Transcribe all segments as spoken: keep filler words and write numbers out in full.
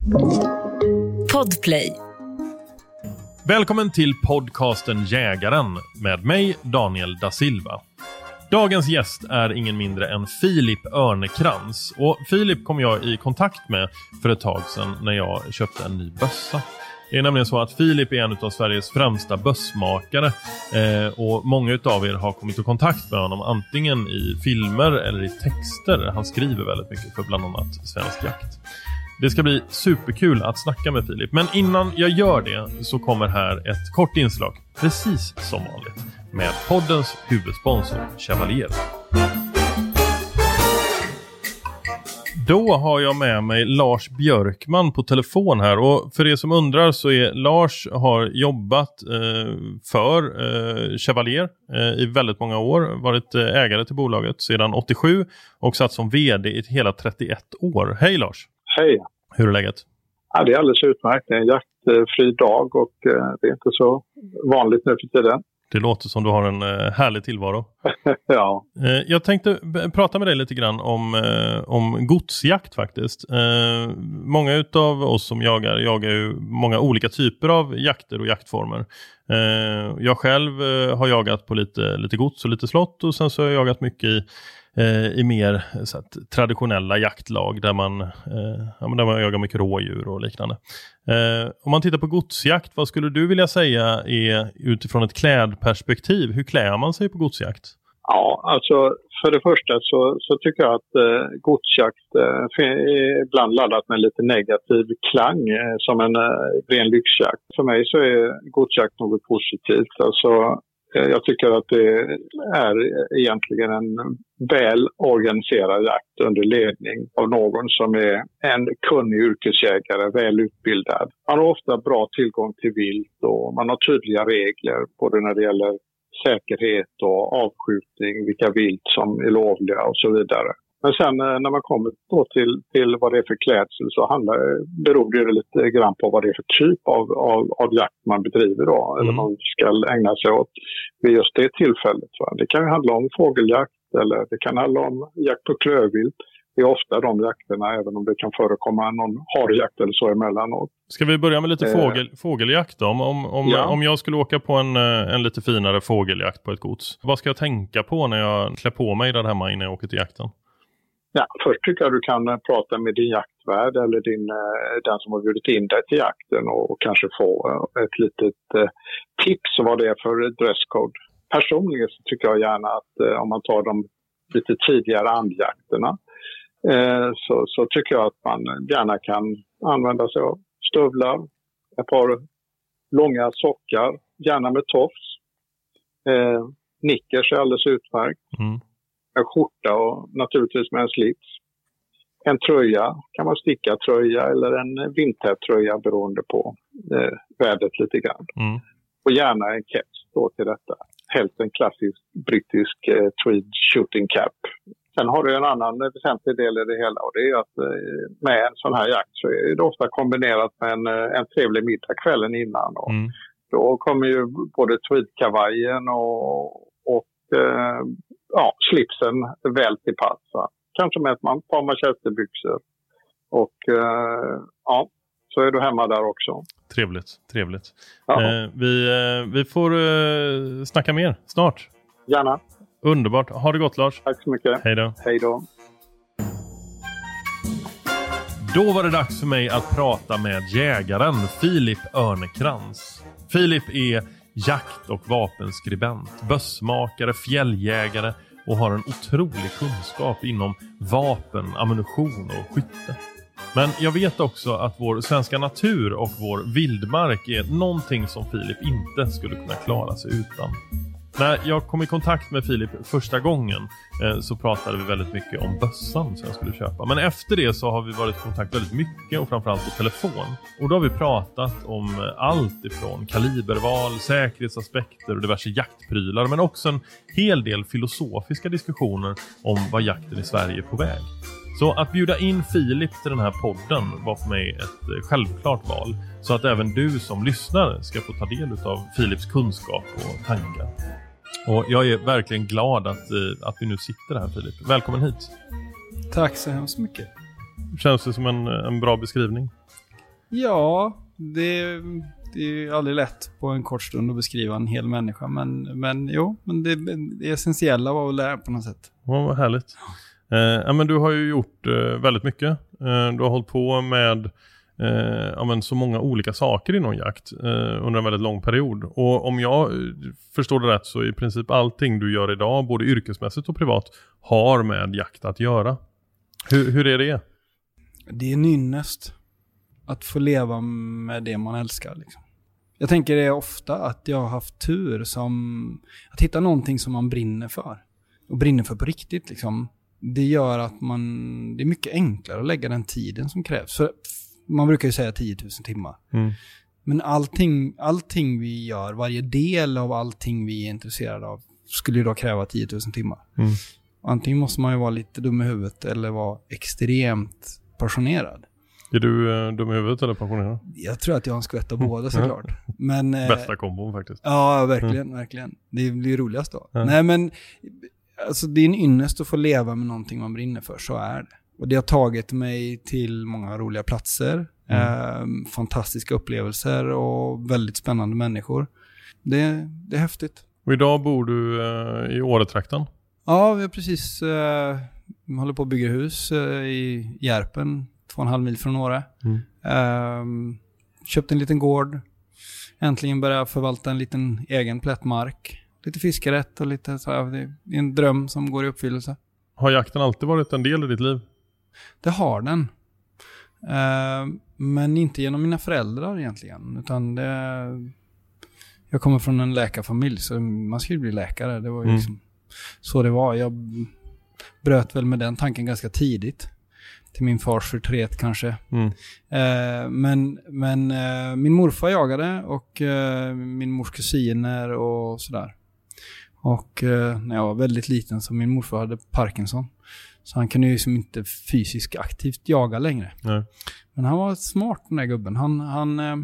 Podplay. Välkommen till podcasten Jägaren med mig, Daniel da Silva. Dagens gäst är ingen mindre än Filip Örnekrans. Och Filip kom jag i kontakt med för ett tag sedan när jag köpte en ny bössa. Det är nämligen så att Filip är en av Sveriges främsta bössmakare. Eh, och många av er har kommit i kontakt med honom antingen i filmer eller i texter. Han skriver väldigt mycket för bland annat Svensk Jakt. Det ska bli superkul att snacka med Filip. Men innan jag gör det så kommer här ett kort inslag, precis som vanligt, med poddens huvudsponsor Chevalier. Då har jag med mig Lars Björkman på telefon här. Och för er som undrar så är Lars har jobbat eh, för eh, Chevalier eh, i väldigt många år. Varit eh, ägare till bolaget sedan åttiosju och satt som vd i hela trettioett år. Hej Lars! Hej! Hur är läget? Ja, det är alldeles utmärkt. Det är en jaktfri dag och eh, det är inte så vanligt nu för tiden. Det låter som du har en eh, härlig tillvaro. Ja. Eh, jag tänkte b- prata med dig lite grann om, eh, om godsjakt faktiskt. Eh, många utav oss som jagar jagar ju många olika typer av jakter och jaktformer. Eh, jag själv eh, har jagat på lite, lite gods och lite slott, och sen så har jag jagat mycket i i mer så att, traditionella jaktlag där man, eh, ja, där man jagar mycket rådjur och liknande. Eh, om man tittar på godsjakt, vad skulle du vilja säga är utifrån ett klädperspektiv? Hur klär man sig på godsjakt? Ja, alltså för det första så, så tycker jag att eh, godsjakt eh, är ibland laddat med lite negativ klang eh, som en eh, ren lyxjakt. För mig så är godsjakt något positivt. Alltså jag tycker att det är egentligen en väl organiserad jakt under ledning av någon som är en kunnig yrkesjägare, väl utbildad. Man har ofta bra tillgång till vilt och man har tydliga regler både när det gäller säkerhet och avskjutning, vilka vilt som är lovliga och så vidare. Men sen när man kommer då till, till vad det är för klädsel så handlar, beror det lite grann på vad det är för typ av, av, av jakt man bedriver då. Mm. Eller man ska ägna sig åt vid just det tillfället. Va? Det kan ju handla om fågeljakt eller det kan handla om jakt på klövvilt. Det är ofta de jakterna, även om det kan förekomma någon harjakt eller så emellanåt. Ska vi börja med lite fågel, eh. fågeljakt då? Om, om, ja. om jag skulle åka på en, en lite finare fågeljakt på ett gods, vad ska jag tänka på när jag klär på mig där hemma innan jag åker till jakten? Ja, först tycker jag du kan prata med din jaktvärd eller din, den som har bjudit in dig till jakten och, och kanske få ett litet eh, tips vad det är för dresscode. Personligen så tycker jag gärna att eh, om man tar de lite tidigare andjakterna eh, så, så tycker jag att man gärna kan använda sig av stövlar, ett par långa sockar, gärna med tofs. Eh, nickers är alldeles utmärkt. Mm. En skjorta och naturligtvis med en slips. En tröja, kan man sticka tröja eller en vintertröja beroende på eh, vädret lite grann. Mm. Och gärna en keps då till detta. Helst en klassisk brittisk eh, tweed shooting cap. Sen har du en annan väsentlig del i det hela och det är att eh, med en sån här jakt så är det ofta kombinerat med en, en trevlig middag kvällen innan. Och mm. Då kommer ju både tweedkavajen och, och eh, ja, slipsen väl till pass. Va? Kanske med ett man, par manchesterbyxor. Och eh, ja, så är du hemma där också. Trevligt, trevligt. Eh, vi, eh, vi får eh, snacka mer snart. Gärna. Underbart. Ha det gott Lars. Tack så mycket. Hej då. Hej då. Då var det dags för mig att prata med jägaren Filip Örnekrans. Filip är jakt- och vapenskribent, bössmakare, fjälljägare och har en otrolig kunskap inom vapen, ammunition och skytte. Men jag vet också att vår svenska natur och vår vildmark är någonting som Filip inte skulle kunna klara sig utan. När jag kom i kontakt med Filip första gången eh, så pratade vi väldigt mycket om bössan som jag skulle köpa. Men efter det så har vi varit i kontakt väldigt mycket och framförallt på telefon. Och då har vi pratat om allt ifrån kaliberval, säkerhetsaspekter och diverse jaktprylar. Men också en hel del filosofiska diskussioner om vad jakten i Sverige är på väg. Så att bjuda in Filip till den här podden var för mig ett självklart val. Så att även du som lyssnar ska få ta del av Filips kunskap och tankar. Och jag är verkligen glad att, att vi nu sitter här, Filip. Välkommen hit. Tack så hemskt mycket. Känns det som en, en bra beskrivning? Ja, det, det är aldrig lätt på en kort stund att beskriva en hel människa. Men, men jo, men det, det essentiella var att lära på något sätt. Ja, vad härligt. Eh, ja, men du har ju gjort eh, väldigt mycket. Eh, du har hållit på med eh, ja, men så många olika saker inom jakt eh, under en väldigt lång period. Och om jag eh, förstår det rätt så i princip allting du gör idag, både yrkesmässigt och privat, har med jakt att göra. Hur, hur är det? Det är en ynnest att få leva med det man älskar. Liksom. Jag tänker det är ofta att jag har haft tur som att hitta någonting som man brinner för. Och brinner för på riktigt. Liksom. Det gör att man, det är mycket enklare att lägga den tiden som krävs. För man brukar ju säga tio tusen timmar. Mm. Men allting, allting vi gör, varje del av allting vi är intresserade av skulle ju då kräva tio tusen timmar. Mm. Antingen måste man ju vara lite dum i huvudet eller vara extremt passionerad. Är du uh, dum i huvudet eller passionerad? Jag tror att jag har en skvätt av båda såklart. Men, eh, bästa kombon faktiskt. Ja, verkligen, mm. verkligen. Det blir roligast då. Mm. Nej, men alltså, det är en ynnest att få leva med någonting man brinner för, så är det. Och det har tagit mig till många roliga platser. Mm. Eh, fantastiska upplevelser och väldigt spännande människor. Det, det är häftigt. Och idag bor du uh, i Åretrakten? Ja, vi har precis uh, håller på att bygga hus uh, i Järpen. Två och en halv mil från Åre. Mm. Um, köpt en liten gård. Äntligen börja förvalta en liten egen plättmark. Lite fiskerätt och lite så här. Det är en dröm som går i uppfyllelse. Har jakten alltid varit en del i ditt liv? Det har den. Uh, men inte genom mina föräldrar egentligen. Utan det, jag kommer från en läkarfamilj så man skulle bli läkare. Det var ju mm. liksom så det var. Jag bröt väl med den tanken ganska tidigt. Till min fars förtret kanske. Mm. Eh, men men eh, min morfar jagade och eh, min mors kusiner och sådär. Och eh, när jag var väldigt liten så min morfar hade Parkinson. Så han kunde ju liksom inte fysiskt aktivt jaga längre. Nej. Men han var smart den där gubben. Han, han, eh,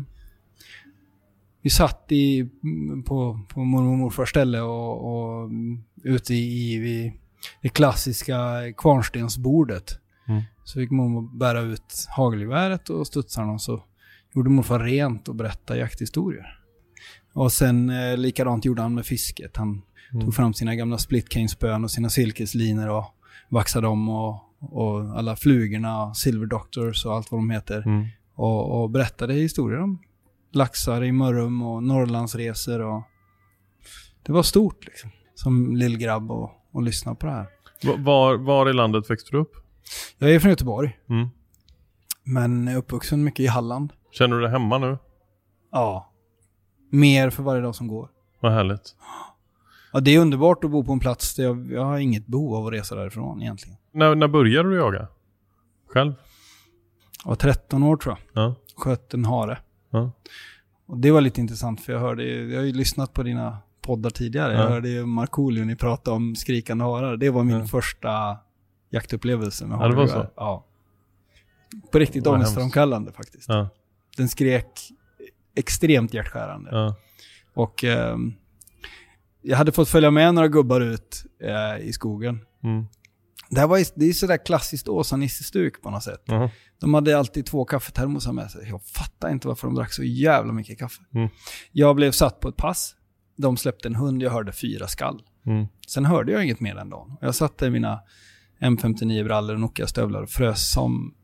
vi satt i, på, på mormor och morfars ställe och, och ute i, i det klassiska kvarnstensbordet. Mm. Så fick mormor bära ut hagelgeväret och studsarna och så gjorde morfar rent och berättade jakthistorier. Och sen eh, likadant gjorde han med fisket. Han mm. tog fram sina gamla splitcane-spön och sina silkeslinor och vaxade dem och, och alla flugorna, Silver Doctors och allt vad de heter. Mm. Och, och berättade historier om laxar i Mörrum och Norrlandsresor. Och det var stort liksom, som lillgrabb och, och lyssna på det här. Var, var i landet växte du upp? Jag är från Göteborg. Mm. Men är uppvuxen mycket i Halland. Känner du dig hemma nu? Ja. Mer för varje dag som går. Vad härligt. Ja, det är underbart att bo på en plats där jag, jag har inget behov av att resa därifrån egentligen. När, när började du jaga? Själv? Jag var tretton år tror jag. Ja. Sköt en hare. Ja. Och det var lite intressant för jag hörde, jag har ju lyssnat på dina poddar tidigare. Ja. Jag hörde ju Markoolio ni prata om skrikande harar. Det var min ja. första jaktupplevelse med ja, det var så. Ja. På riktigt ångestframkallande faktiskt. Ja. Den skrek extremt hjärtskärande. Ja. Och eh, jag hade fått följa med några gubbar ut eh, i skogen. Mm. Det här var ju, det är sådär klassiskt Åsa-Nisse-stuk på något sätt. Mm. De hade alltid två kaffetermosar med sig. Jag fattar inte varför de drack så jävla mycket kaffe. Mm. Jag blev satt på ett pass. De släppte en hund, jag hörde fyra skall. Mm. Sen hörde jag inget mer den dagen. Jag satte mina M femtionio-brallor och Nokia-stövlar och frös som...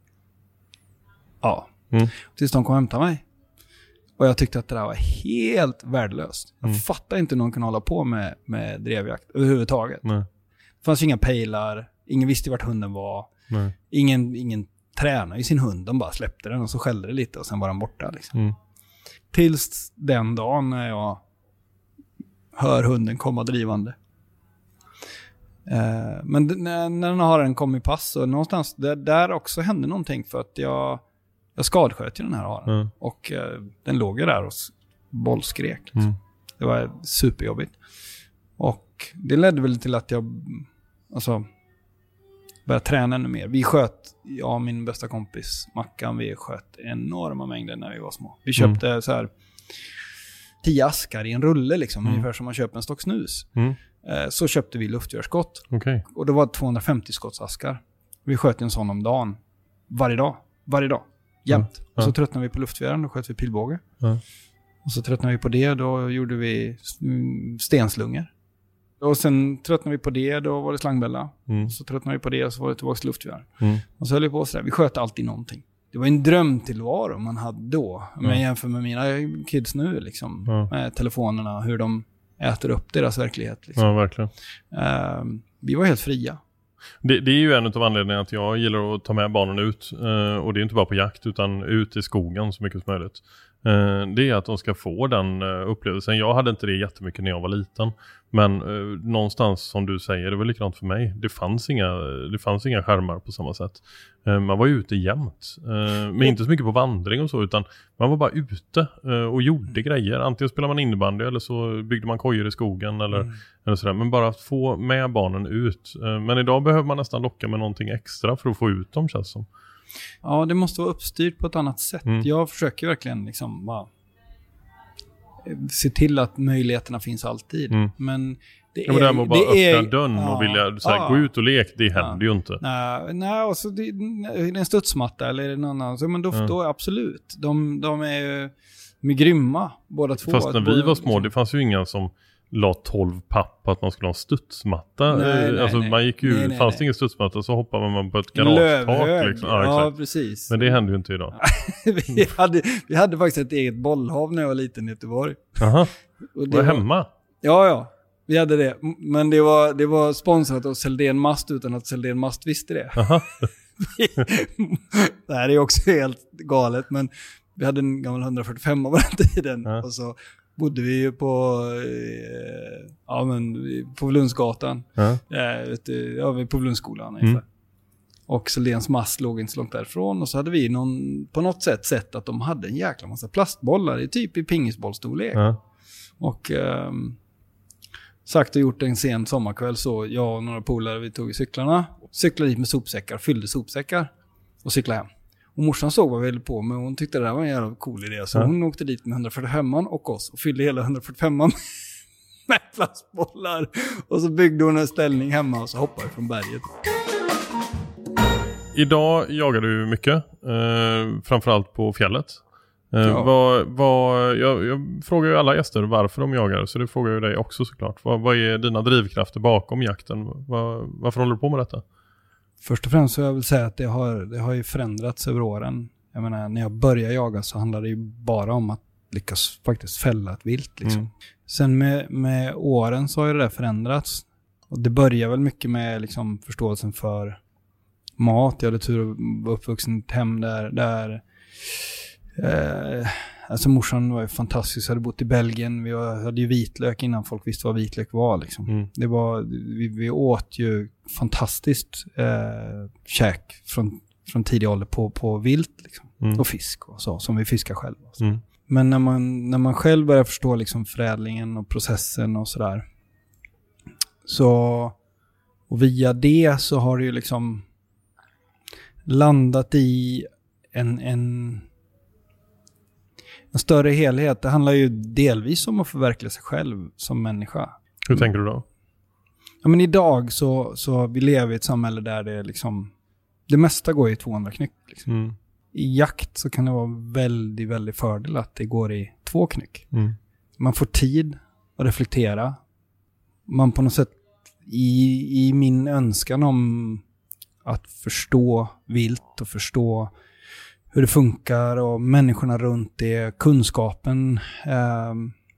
Ja. Mm. Tills de kom och hämtade mig. Och jag tyckte att det där var helt värdelöst. Jag mm. fattar inte hur någon kan hålla på med, med drevjakt överhuvudtaget. Nej. Det fanns inga pejlar. Ingen visste vart hunden var. Nej. Ingen, ingen tränade i sin hund. De bara släppte den och så skällde det lite och sen var den borta. Liksom. Mm. Tills den dagen när jag hör hunden komma drivande. Uh, men d- när, när den har den kommit i pass och någonstans där, där också hände någonting för att jag, jag skadsköt ju den här haren. Mm. Och uh, den låg ju där och bollskrek. Liksom. Mm. Det var superjobbigt. Och det ledde väl till att jag alltså började träna ännu mer. Vi sköt, jag och min bästa kompis Mackan, vi sköt enorma mängder när vi var små. Vi köpte mm. så här tio askar i en rulle liksom, mm. ungefär som man köper en stock snus. Mm. Eh, så köpte vi luftgörskott. Okay. Och det var tvåhundrafemtio skottsaskar. Vi sköt en sån om dagen. Varje dag. Varje dag. jämt. Mm. Och så Ja. tröttnade vi på luftgevär, då sköt vi pilbåge. Ja. Och så tröttnade vi på det, då gjorde vi mm, stenslungor. Och sen tröttnade vi på det, då var det slangbälla. Mm. Och så tröttnade vi på det, och så var det tillbaka till luftgevär. Mm. Och så höll vi på sådär. Vi sköt alltid någonting. Det var en drömtillvaro man hade då. Om jag Ja. jämför med mina kids nu, liksom. Ja. Med telefonerna, hur de äter upp deras verklighet. Liksom. Ja, verkligen. Uh, vi var helt fria. Det, det är ju en av anledningarna att jag gillar att ta med barnen ut. Eh, och det är inte bara på jakt utan ut i skogen så mycket som möjligt. Eh, det är att de ska få den eh, upplevelsen. Jag hade inte det jättemycket när jag var liten. Men eh, någonstans som du säger, det var likadant för mig. Det fanns inga, det fanns inga skärmar på samma sätt. Eh, man var ute jämt. Eh, men inte så mycket på vandring och så, utan man var bara ute eh, och gjorde grejer. Antingen spelade man innebandy eller så byggde man kojor i skogen eller, mm. eller sådär. Men bara att få med barnen ut. Eh, men idag behöver man nästan locka med någonting extra för att få ut dem, känns som. Ja, det måste vara uppstyrt på ett annat sätt. Mm. Jag försöker verkligen liksom bara se till att möjligheterna finns alltid. Mm. Men det ja, men det är... med bara det öppna är, dörren ja, och vilja så här, ja, gå ut och lek, det händer ja. ju inte. Nej, nej alltså det, är det en studsmatta eller är det någon annan? Så, men då, Mm. då absolut. De, de är ju de är grymma, båda två. Fast när vi båda, var små, det fanns ju inga som la tolv papp på att man skulle ha en studsmatta. Nej, nej, alltså nej. man gick ju, nej, nej, fanns nej. det ingen studsmatta så hoppade man på ett garagetak. Liksom. Ja, ja, exakt. precis. Men det händer ju inte idag. vi, hade, vi hade faktiskt ett eget bollhav när jag var liten i Göteborg. Jaha, Och det var hemma? Ja, ja. Vi hade det. Men det var, det var sponsrat av Seldén Mast utan att Seldén Mast visste det. Aha. Det här är också helt galet, men vi hade en gammal hundrafyrtiofem på den tiden. Ja. Och så bodde vi ju på, eh, ja, men, på Lundsgatan. Ja. Eh, vet du, ja, vi på Lundsskolan ungefär. Mm. Och Seldéns Mast låg inte så långt därifrån. Och så hade vi någon, på något sätt sett att de hade en jäkla massa plastbollar i typ i pingisbollstorlek. Ja. Och eh, sagt och gjort en sen sommarkväll så jag och några polare, vi tog cyklarna, cyklade dit med sopsäckar, fyllde sopsäckar och cyklade hem. Och morsan såg vad vi höll på med och hon tyckte det där var en jävla cool idé. Så ja. Hon åkte dit med hundrafyrtiofem och oss och fyllde hela hundrafyrtiofem med plastbollar. Och så byggde hon en ställning hemma och så hoppade från berget. Idag jagar du mycket, eh, framförallt på fjället. Eh, ja. vad, vad, jag, jag frågar ju alla gäster varför de jagar, så det frågar jag dig också såklart. Vad, vad är dina drivkrafter bakom jakten? Vad, varför håller du på med detta? Först och främst så jag vill säga att det har, det har ju förändrats över åren. Jag menar, när jag började jaga så handlade det ju bara om att lyckas faktiskt fälla ett vilt. Liksom. Mm. Sen med, med åren så har ju det där förändrats. Och det börjar väl mycket med liksom, förståelsen för mat. Jag hade tur att vara uppvuxen i ett hem där... där eh, alltså morsan var ju fantastisk. Jag hade bott i Belgien. Vi var, hade ju vitlök innan folk visste vad vitlök var. Liksom. Mm. Det var vi, vi åt ju fantastiskt eh, käk från, från tidig ålder på, på vilt. Liksom. Mm. Och fisk och så, som vi fiskar själva. Mm. Men när man, när man själv börjar förstå liksom, förädlingen och processen och sådär. Så, och via det så har det ju liksom landat i en... en En större helhet. Det handlar ju delvis om att förverkliga sig själv som människa. Hur tänker du då? Ja, men idag så, så vi lever i ett samhälle där det liksom det mesta går i tvåhundra knyck. Liksom. Mm. I jakt så kan det vara väldigt, väldigt fördel att det går i två knyck. Mm. Man får tid att reflektera. Man på något sätt i, i min önskan om att förstå vilt och förstå hur det funkar och människorna runt det, kunskapen eh,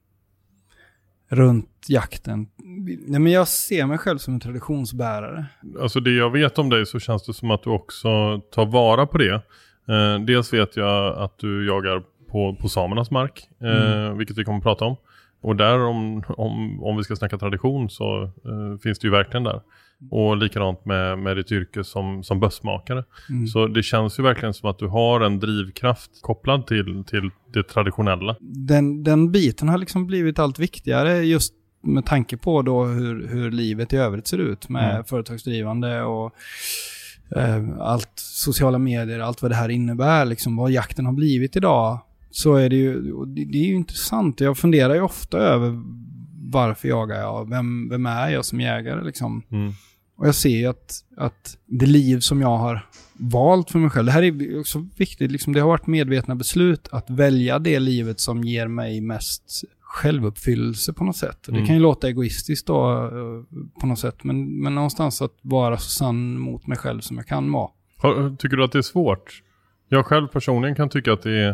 runt jakten. Nej, men jag ser mig själv som en traditionsbärare. Alltså det jag vet om dig så känns det som att du också tar vara på det. Eh, dels vet jag att du jagar på, på samernas mark, eh, mm. vilket vi kommer att prata om. Och där om, om, om vi ska snacka tradition så eh, finns det ju verkligen där. Och likadant med, med ditt yrke som, som bössmakare. Mm. Så det känns ju verkligen som att du har en drivkraft kopplad till, till det traditionella. Den, den biten har liksom blivit allt viktigare just med tanke på då hur, hur livet i övrigt ser ut med mm. företagsdrivande och eh, allt sociala medier, allt vad det här innebär, liksom vad jakten har blivit idag. Så är det ju, det, det är ju intressant. Jag funderar ju ofta över varför jagar jag, vem, vem är jag som jägare liksom. Mm. Och jag ser ju att, att det liv som jag har valt för mig själv. Det här är också viktigt. Liksom, det har varit medvetna beslut att välja det livet som ger mig mest självuppfyllelse på något sätt. Mm. Det kan ju låta egoistiskt då på något sätt. Men, men någonstans att vara så sann mot mig själv som jag kan vara. Tycker du att det är svårt? Jag själv personligen kan tycka att det är,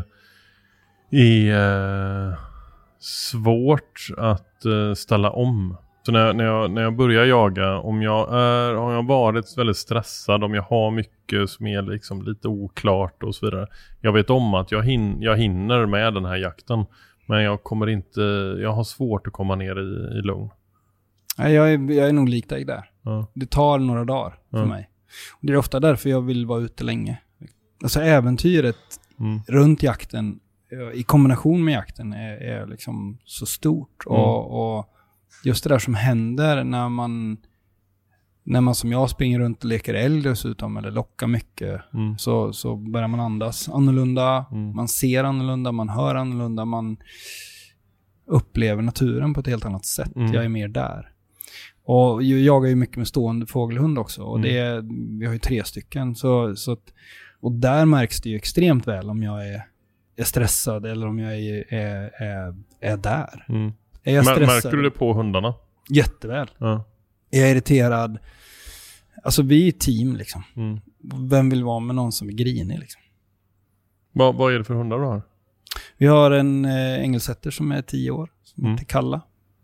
är eh, svårt att eh, ställa om. Så när, när, jag, när jag börjar jaga, om jag, är, om jag varit väldigt stressad, om jag har mycket som är liksom lite oklart och så vidare. Jag vet om att jag, hin, jag hinner med den här jakten. Men jag kommer inte, jag har svårt att komma ner i, i lugn. Nej, jag är, jag är nog lik dig där. Ja. Det tar några dagar för ja. mig. Och det är ofta därför jag vill vara ute länge. Alltså äventyret mm. runt jakten i kombination med jakten är, är liksom så stort. Mm. Och, och just det där som händer när man när man som jag springer runt och leker älg dessutom eller lockar mycket mm. så, så börjar man andas annorlunda. Mm. Man ser annorlunda, man hör annorlunda, man upplever naturen på ett helt annat sätt. Mm. Jag är mer där. Och jag jagar ju mycket med stående fågelhund också. Och det är, vi har ju tre stycken. Så, så att, och där märks det ju extremt väl om jag är, är stressad eller om jag är, är, är, är där. Mm. Är jag stressad? Märker du det på hundarna? Jätteväl. Ja. Är jag irriterad? Alltså vi är team liksom. Mm. Vem vill vara med någon som är grinig liksom? Va, vad är det för hundar du har? Vi har en eh, engelsetter som är tio år. Som Mm. heter Kalla.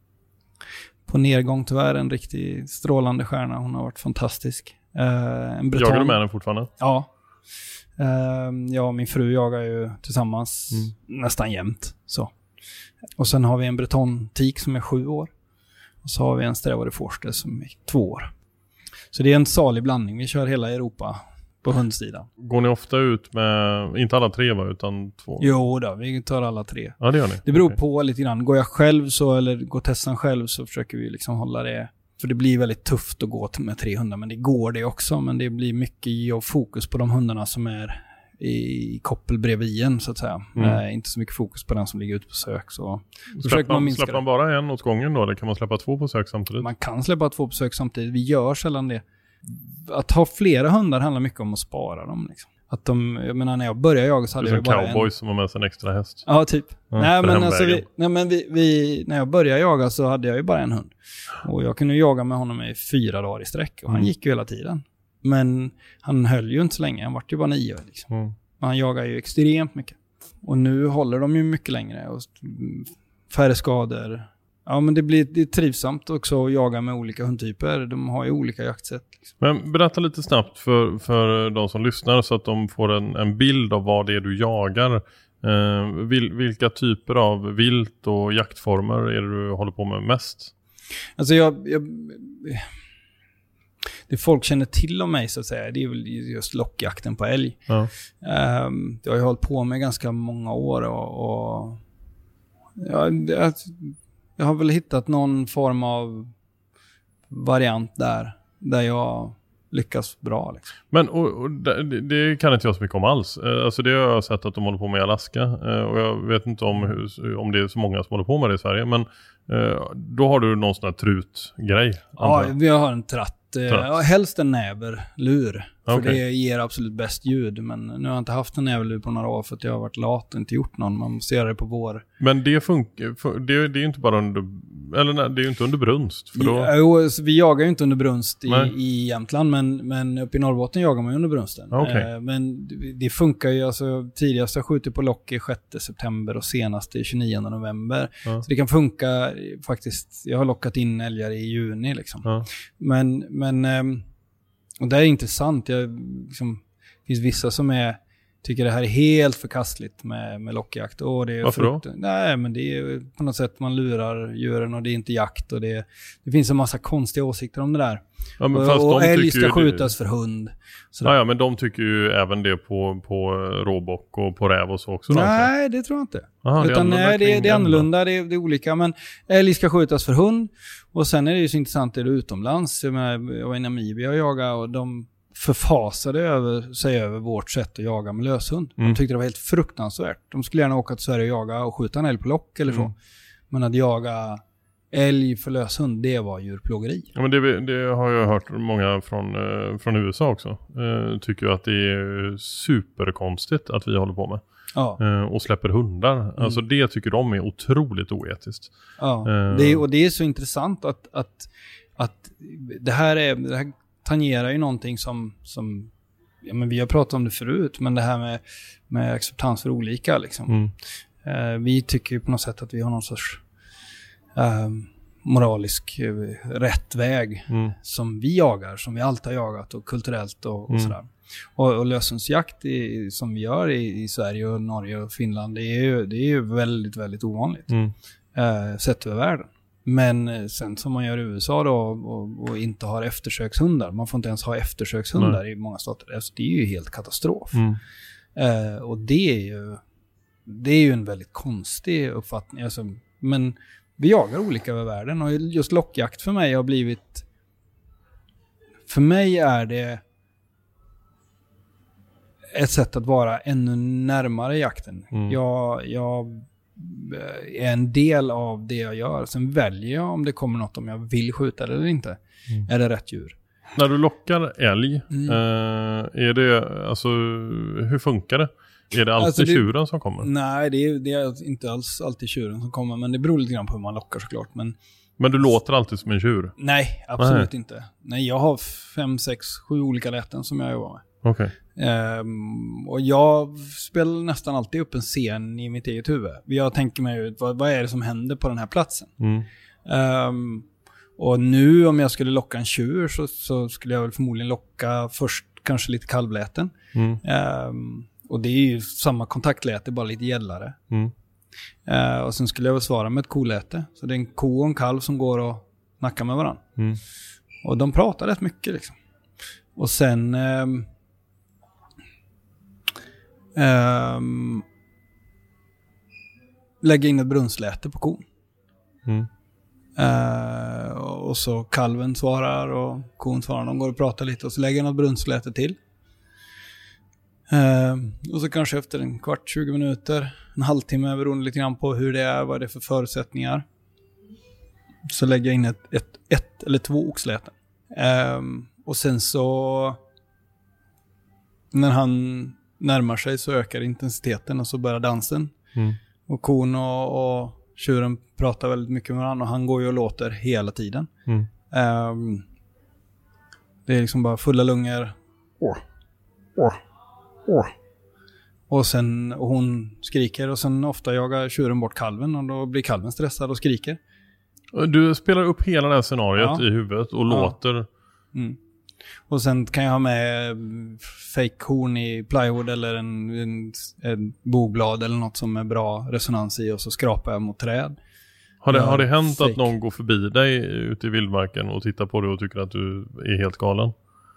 På nedgång tyvärr, en riktigt strålande stjärna. Hon har varit fantastisk. Uh, en breton. Jagar du med den fortfarande? Ja. Uh, jag och min fru jagar ju tillsammans mm. nästan jämt. Så. Och sen har vi en breton-tik som är sju år. Och så har vi en strävare forster som är två år. Så det är en salig blandning. Vi kör hela Europa på hundsidan. Går ni ofta ut med, inte alla tre va, utan två? Jo då, vi tar alla tre. Ja, det gör ni. Det beror okay. på lite grann. Går jag själv så, eller går testan själv så försöker vi liksom hålla det. För det blir väldigt tufft att gå med tre hundar. Men det går det också. Men det blir mycket och fokus på de hundarna som är i koppel bredvid igen så att säga. Mm. Äh, inte så mycket fokus på den som ligger ute på sök. Så, så släpper man, man släpper man bara en åt gången då? Eller kan man släppa två på sök samtidigt? Man kan släppa två på sök samtidigt. Vi gör sällan det. Att ha flera hundar handlar mycket om att spara dem. Liksom. Att de, jag menar när jag började jaga så hade jag bara cowboy en... som har med sig en extra häst. Ja, typ. Ja, nej, men alltså vi, nej, men vi, vi, när jag började jaga så hade jag ju bara en hund. Och jag kunde jaga med honom i fyra dagar i sträck. Och han mm. gick ju hela tiden. Men han höll ju inte så länge. Han var ju bara nio. Liksom. Mm. Han jagar ju extremt mycket. Och nu håller de ju mycket längre. Och färre skador. Ja, men det blir det är trivsamt också att jaga med olika hundtyper. De har ju olika jaktsätt. Liksom. Men berätta lite snabbt för, för de som lyssnar så att de får en, en bild av vad det är du jagar. Eh, vil, vilka typer av vilt och jaktformer är det du håller på med mest? Alltså jag, jag... Det folk känner till om mig så att säga, det är väl just lockjakten på älg. Ja. Um, jag har ju hållit på med ganska många år och... och ja, det, jag har väl hittat någon form av variant där. Där jag lyckas bra. Liksom. Men och, och det, det kan inte jag så mycket om alls. Alltså det har jag sett att de håller på med i Alaska. Och jag vet inte om, hur, om det är så många som håller på med det i Sverige. Men då har du någon sån här trutgrej. Ja, vi har en tratt. Ja, helst en näverlur. För okay. det ger absolut bäst ljud. Men nu har jag inte haft en näverlur på några år för att jag har varit lat och inte gjort någon. Man måste göra det på vår. Men det funkar, det, det är ju inte bara under, eller nej, det är ju inte under brunst. För då... Jo, vi jagar ju inte under brunst i, i Jämtland. Men, men uppe i Norrbotten jagar man ju under brunsten. Okay. Men det funkar ju, alltså tidigast jag skjuter på lock i sjätte september och senast i tjugonionde november. Ja. Så det kan funka faktiskt. Jag har lockat in älgar i juni liksom. Ja. Men, men och det är intressant. Jag, liksom, det finns vissa som är, tycker det här är helt förkastligt med, med lockjakt. Och det är Varför frukt, då? Nej, men det är på något sätt man lurar djuren och det är inte jakt. Och det, det finns en massa konstiga åsikter om det där. Ja, men och och älg ska skjutas det... för hund. Ja, ja, men de tycker ju även det på, på råbock och på räv och så också. Nej, det tror jag inte. Aha, Utan det är nej, det, det är annorlunda, det är, det är olika. Men älg ska skjutas för hund. Och sen är det ju så intressant att det är utomlands. Jag, med, jag var i Namibia och jagade och de förfasade över, sig över vårt sätt att jaga med löshund. Mm. De tyckte det var helt fruktansvärt. De skulle gärna åka till Sverige och jaga och skjuta en älg på lock eller så. Mm. Men att jaga älg för löshund, det var djurplågeri. Ja, men det, det har jag hört många från, eh, från U S A också. Eh, tycker jag att det är superkonstigt att vi håller på med. Ja. Eh, och släpper hundar. Mm. Alltså det tycker de är otroligt oetiskt. Ja, eh. det är, och det är så intressant att, att, att det, här är, det här tangerar ju någonting som, som ja, men vi har pratat om det förut, men det här med, med acceptans för olika liksom. Mm. Eh, vi tycker ju på något sätt att vi har någon sorts eh, moralisk eh, rätt väg mm. som vi jagar, som vi alltid har jagat och kulturellt och, och mm. sådär. Och, och lösensjakt i, som vi gör i, i Sverige och Norge och Finland, det är ju, det är ju väldigt, väldigt ovanligt mm. eh, sett över världen. Men eh, sen som man gör i U S A då och, och inte har eftersökshundar, man får inte ens ha eftersökshundar mm. i många stater. Alltså, det är ju helt katastrof. Mm. Eh, och det är ju det är ju en väldigt konstig uppfattning. Alltså, men vi jagar olika över världen och just lockjakt för mig har blivit, för mig är det ett sätt att vara ännu närmare jakten. Mm. Jag, jag är en del av det jag gör. Sen väljer jag om det kommer något, om jag vill skjuta det eller inte. Mm. Är det rätt djur? När du lockar älg, mm. eh, är det, alltså, hur funkar det? Är det alltid alltså det, tjuren som kommer? Nej, det är, det är inte alls alltid tjuren som kommer. Men det beror lite grann på hur man lockar såklart. Men, men du låter alltid som en tjur? Nej, absolut nej. inte. Nej, jag har fem, sex, sju olika läten som jag jobbar med. Okej. Okay. Um, och jag spelar nästan alltid upp en scen i mitt eget huvud. Jag tänker mig ut, vad, vad är det som händer på den här platsen? Mm. Um, och nu om jag skulle locka en tjur så, så skulle jag väl förmodligen locka först kanske lite kalvläten. Mm. Um, och det är ju samma kontaktläte, bara lite gällare. Mm. Uh, och sen skulle jag väl svara med ett koläte. Så det är en ko och en kalv som går och snackar med varandra. Mm. Och de pratar rätt mycket liksom. Och sen um, um, lägga in ett brunnsläte på kon. Mm. Uh, och så kalven svarar och kon svarar. De går och pratar lite och så lägger jag något brunnsläte till. Uh, och så kanske efter en kvart, tjugo minuter, en halvtimme, beroende lite grann på hur det är, vad det är för förutsättningar, så lägger jag in ett, ett, ett eller två oxläten. Uh, och sen så när han närmar sig så ökar intensiteten och så börjar dansen. Mm. Och kon och, och tjuren pratar väldigt mycket med varandra och han går ju och låter hela tiden. Mm. Um, det är liksom bara fulla lungor. Åh, åh, åh. Och sen och hon skriker och sen ofta jagar tjuren bort kalven och då blir kalven stressad och skriker. Du spelar upp hela det här scenariot ja. i huvudet och ja. låter. Mm. Och sen kan jag ha med fake horn i plywood eller en, en, en boblad eller något som är bra resonans i och så skrapar jag mot träd. Har det, har det hänt fake. Att någon går förbi dig ute i vildmarken och tittar på dig och tycker att du är helt galen?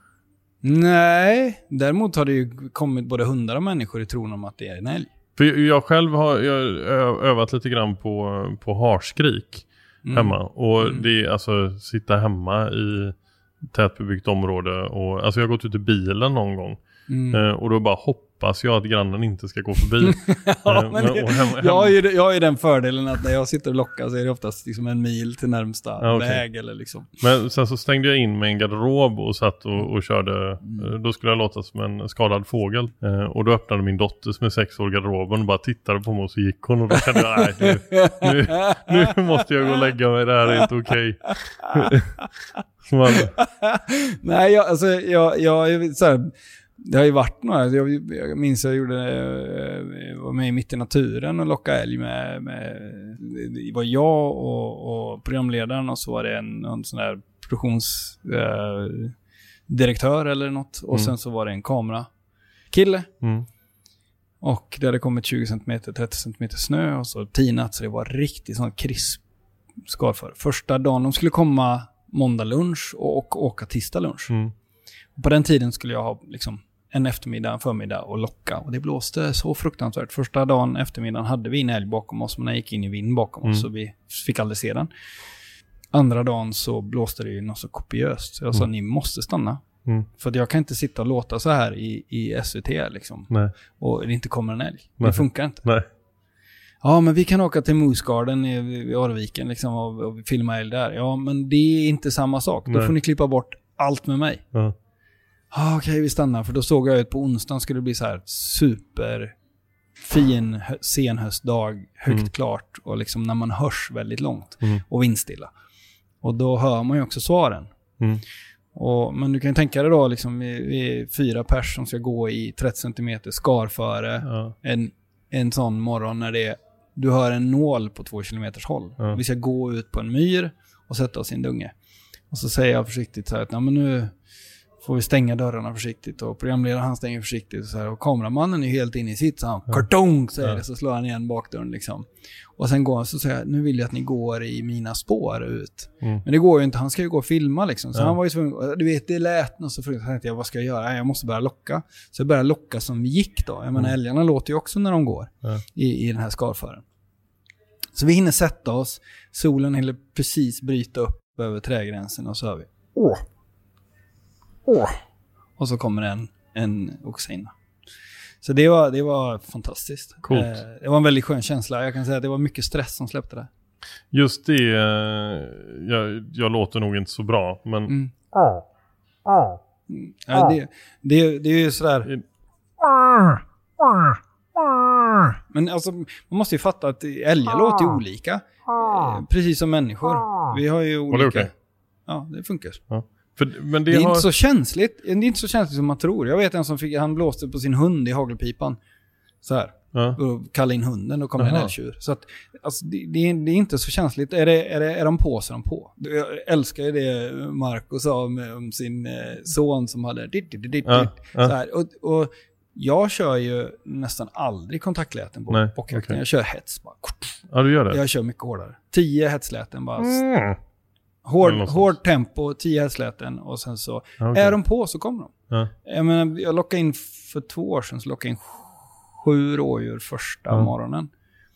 Nej, däremot har det ju kommit både hundar och människor i tron om att det är en älg. För jag själv har jag övat lite grann på, på harskrik mm. hemma. Och mm. det är alltså sitta hemma i tätbebyggt område och alltså jag har gått ut i bilen någon gång mm. eh, och då bara hoppas jag att grannen inte ska gå förbi. ja, eh, men det, och hem, hem. Jag, har ju, jag har ju den fördelen att när jag sitter och lockar så är det oftast liksom en mil till närmsta ja, okay. väg eller liksom. Men sen så stängde jag in med en garderob och satt och, och körde mm. då skulle jag låta som en skadad fågel eh, och då öppnade min dotter som är sex år garderoben och bara tittade på mig och så gick hon och då kände jag nej, nu, nu, nu måste jag gå och lägga mig, det här är inte okej. Man... Nej, jag, alltså jag, jag så här, det har ju varit några, jag, jag minns jag gjorde jag var med i Mitt i naturen och lockade älg med, med det var jag och, och programledaren och så var det en, en sån där produktionsdirektör eh, eller något och mm. sen så var det en kamerakille mm. och det hade kommit tjugo centimeter, trettio centimeter snö och så tinat så det var riktigt sån krisp skarför. Första dagen de skulle komma måndag lunch och, och åka tisdag lunch. Mm. På den tiden skulle jag ha liksom en eftermiddag, en förmiddag och locka. Och det blåste så fruktansvärt. Första dagen, eftermiddagen, hade vi en älg bakom oss. Men den gick in i vind bakom mm. oss så vi fick aldrig se den. Andra dagen så blåste det ju något så kopiöst. Så jag sa, mm. ni måste stanna. Mm. För att jag kan inte sitta och låta så här i, i S V T liksom. Nej. Och det inte kommer en älg. Nej. Det funkar inte. Nej. Ja, men vi kan åka till Moose Garden i, i Arviken liksom, och, och filma älg där. Ja, men det är inte samma sak. Nej. Då får ni klippa bort allt med mig. Ja. Ah, okej, okay, vi stannar. För då såg jag ut på onsdagen skulle det bli så här super fin senhöstdag, högt mm. klart och liksom när man hörs väldigt långt mm. och vindstilla. Och då hör man ju också svaren. Mm. Och, men du kan ju tänka dig då liksom vi, vi är fyra pers som ska gå i trettio centimeter skarföre ja. en, en sån morgon när det är, du hör en nål på två kilometers håll. Ja. Vi ska gå ut på en myr och sätta oss i en dunge. Och så säger jag försiktigt så här att men nu får vi stänga dörrarna försiktigt och programledaren han stänger försiktigt så här, och kameramannen är helt inne i sitt så han ja. kartong säger ja. det, så slår han igen bakdörren liksom. Och sen går han så säger jag, nu vill jag att ni går i mina spår ut. Mm. Men det går ju inte, han ska ju gå och filma liksom. Så ja. han var ju tvungen, du vet det lät och så tänkte jag, vad ska jag göra? Jag måste börja locka. Så jag började locka som vi gick då. Jag menar, mm. älgarna låter ju också när de går ja. i, i den här skarfören. Så vi hinner sätta oss, solen hinner precis bryta upp över trägränsen och så hör vi. Åh! Åh. Och så kommer en, en oxe in. Så det var, det var fantastiskt. Coolt. Eh, det var en väldigt skön känsla. Jag kan säga att det var mycket stress som släppte det. Just det, eh, jag, jag låter nog inte så bra, men... Mm. Ah. Ah. Mm. Ja, det, det, det är ju sådär... Ah. Ah. Ah. Men alltså, man måste ju fatta att älgar ah. låter ju olika. Ah. Eh, precis som människor. Ah. Vi har ju olika... Det okay? Ja, det funkar. Ja. För, men det, det är har... inte så känsligt. Det är inte så känsligt som man tror. Jag vet en som fick, han blåste på sin hund i hagelpipan. Så här. Ja. Och kallade in hunden och kom en älgtjur. Så att, alltså, det, det, är, det är inte så känsligt. Är, det, är, det, är de på så är de på. Jag älskar ju det Marco sa om, om sin eh, son som hade dit, dit, dit, ja. Ja. Så här. Och, och jag kör ju nästan aldrig kontaktläten på bockjakten. Okay. Jag kör hets bara. Ja, du gör det? Jag kör mycket hårdare. Tio hetsläten bara. Mm. Hård, hård tempo, tio hästsläten och sen så okay. är de på så kommer de. Ja. Jag menar, jag lockade in för två år sedan så lockade in sju rådjur första ja. morgonen.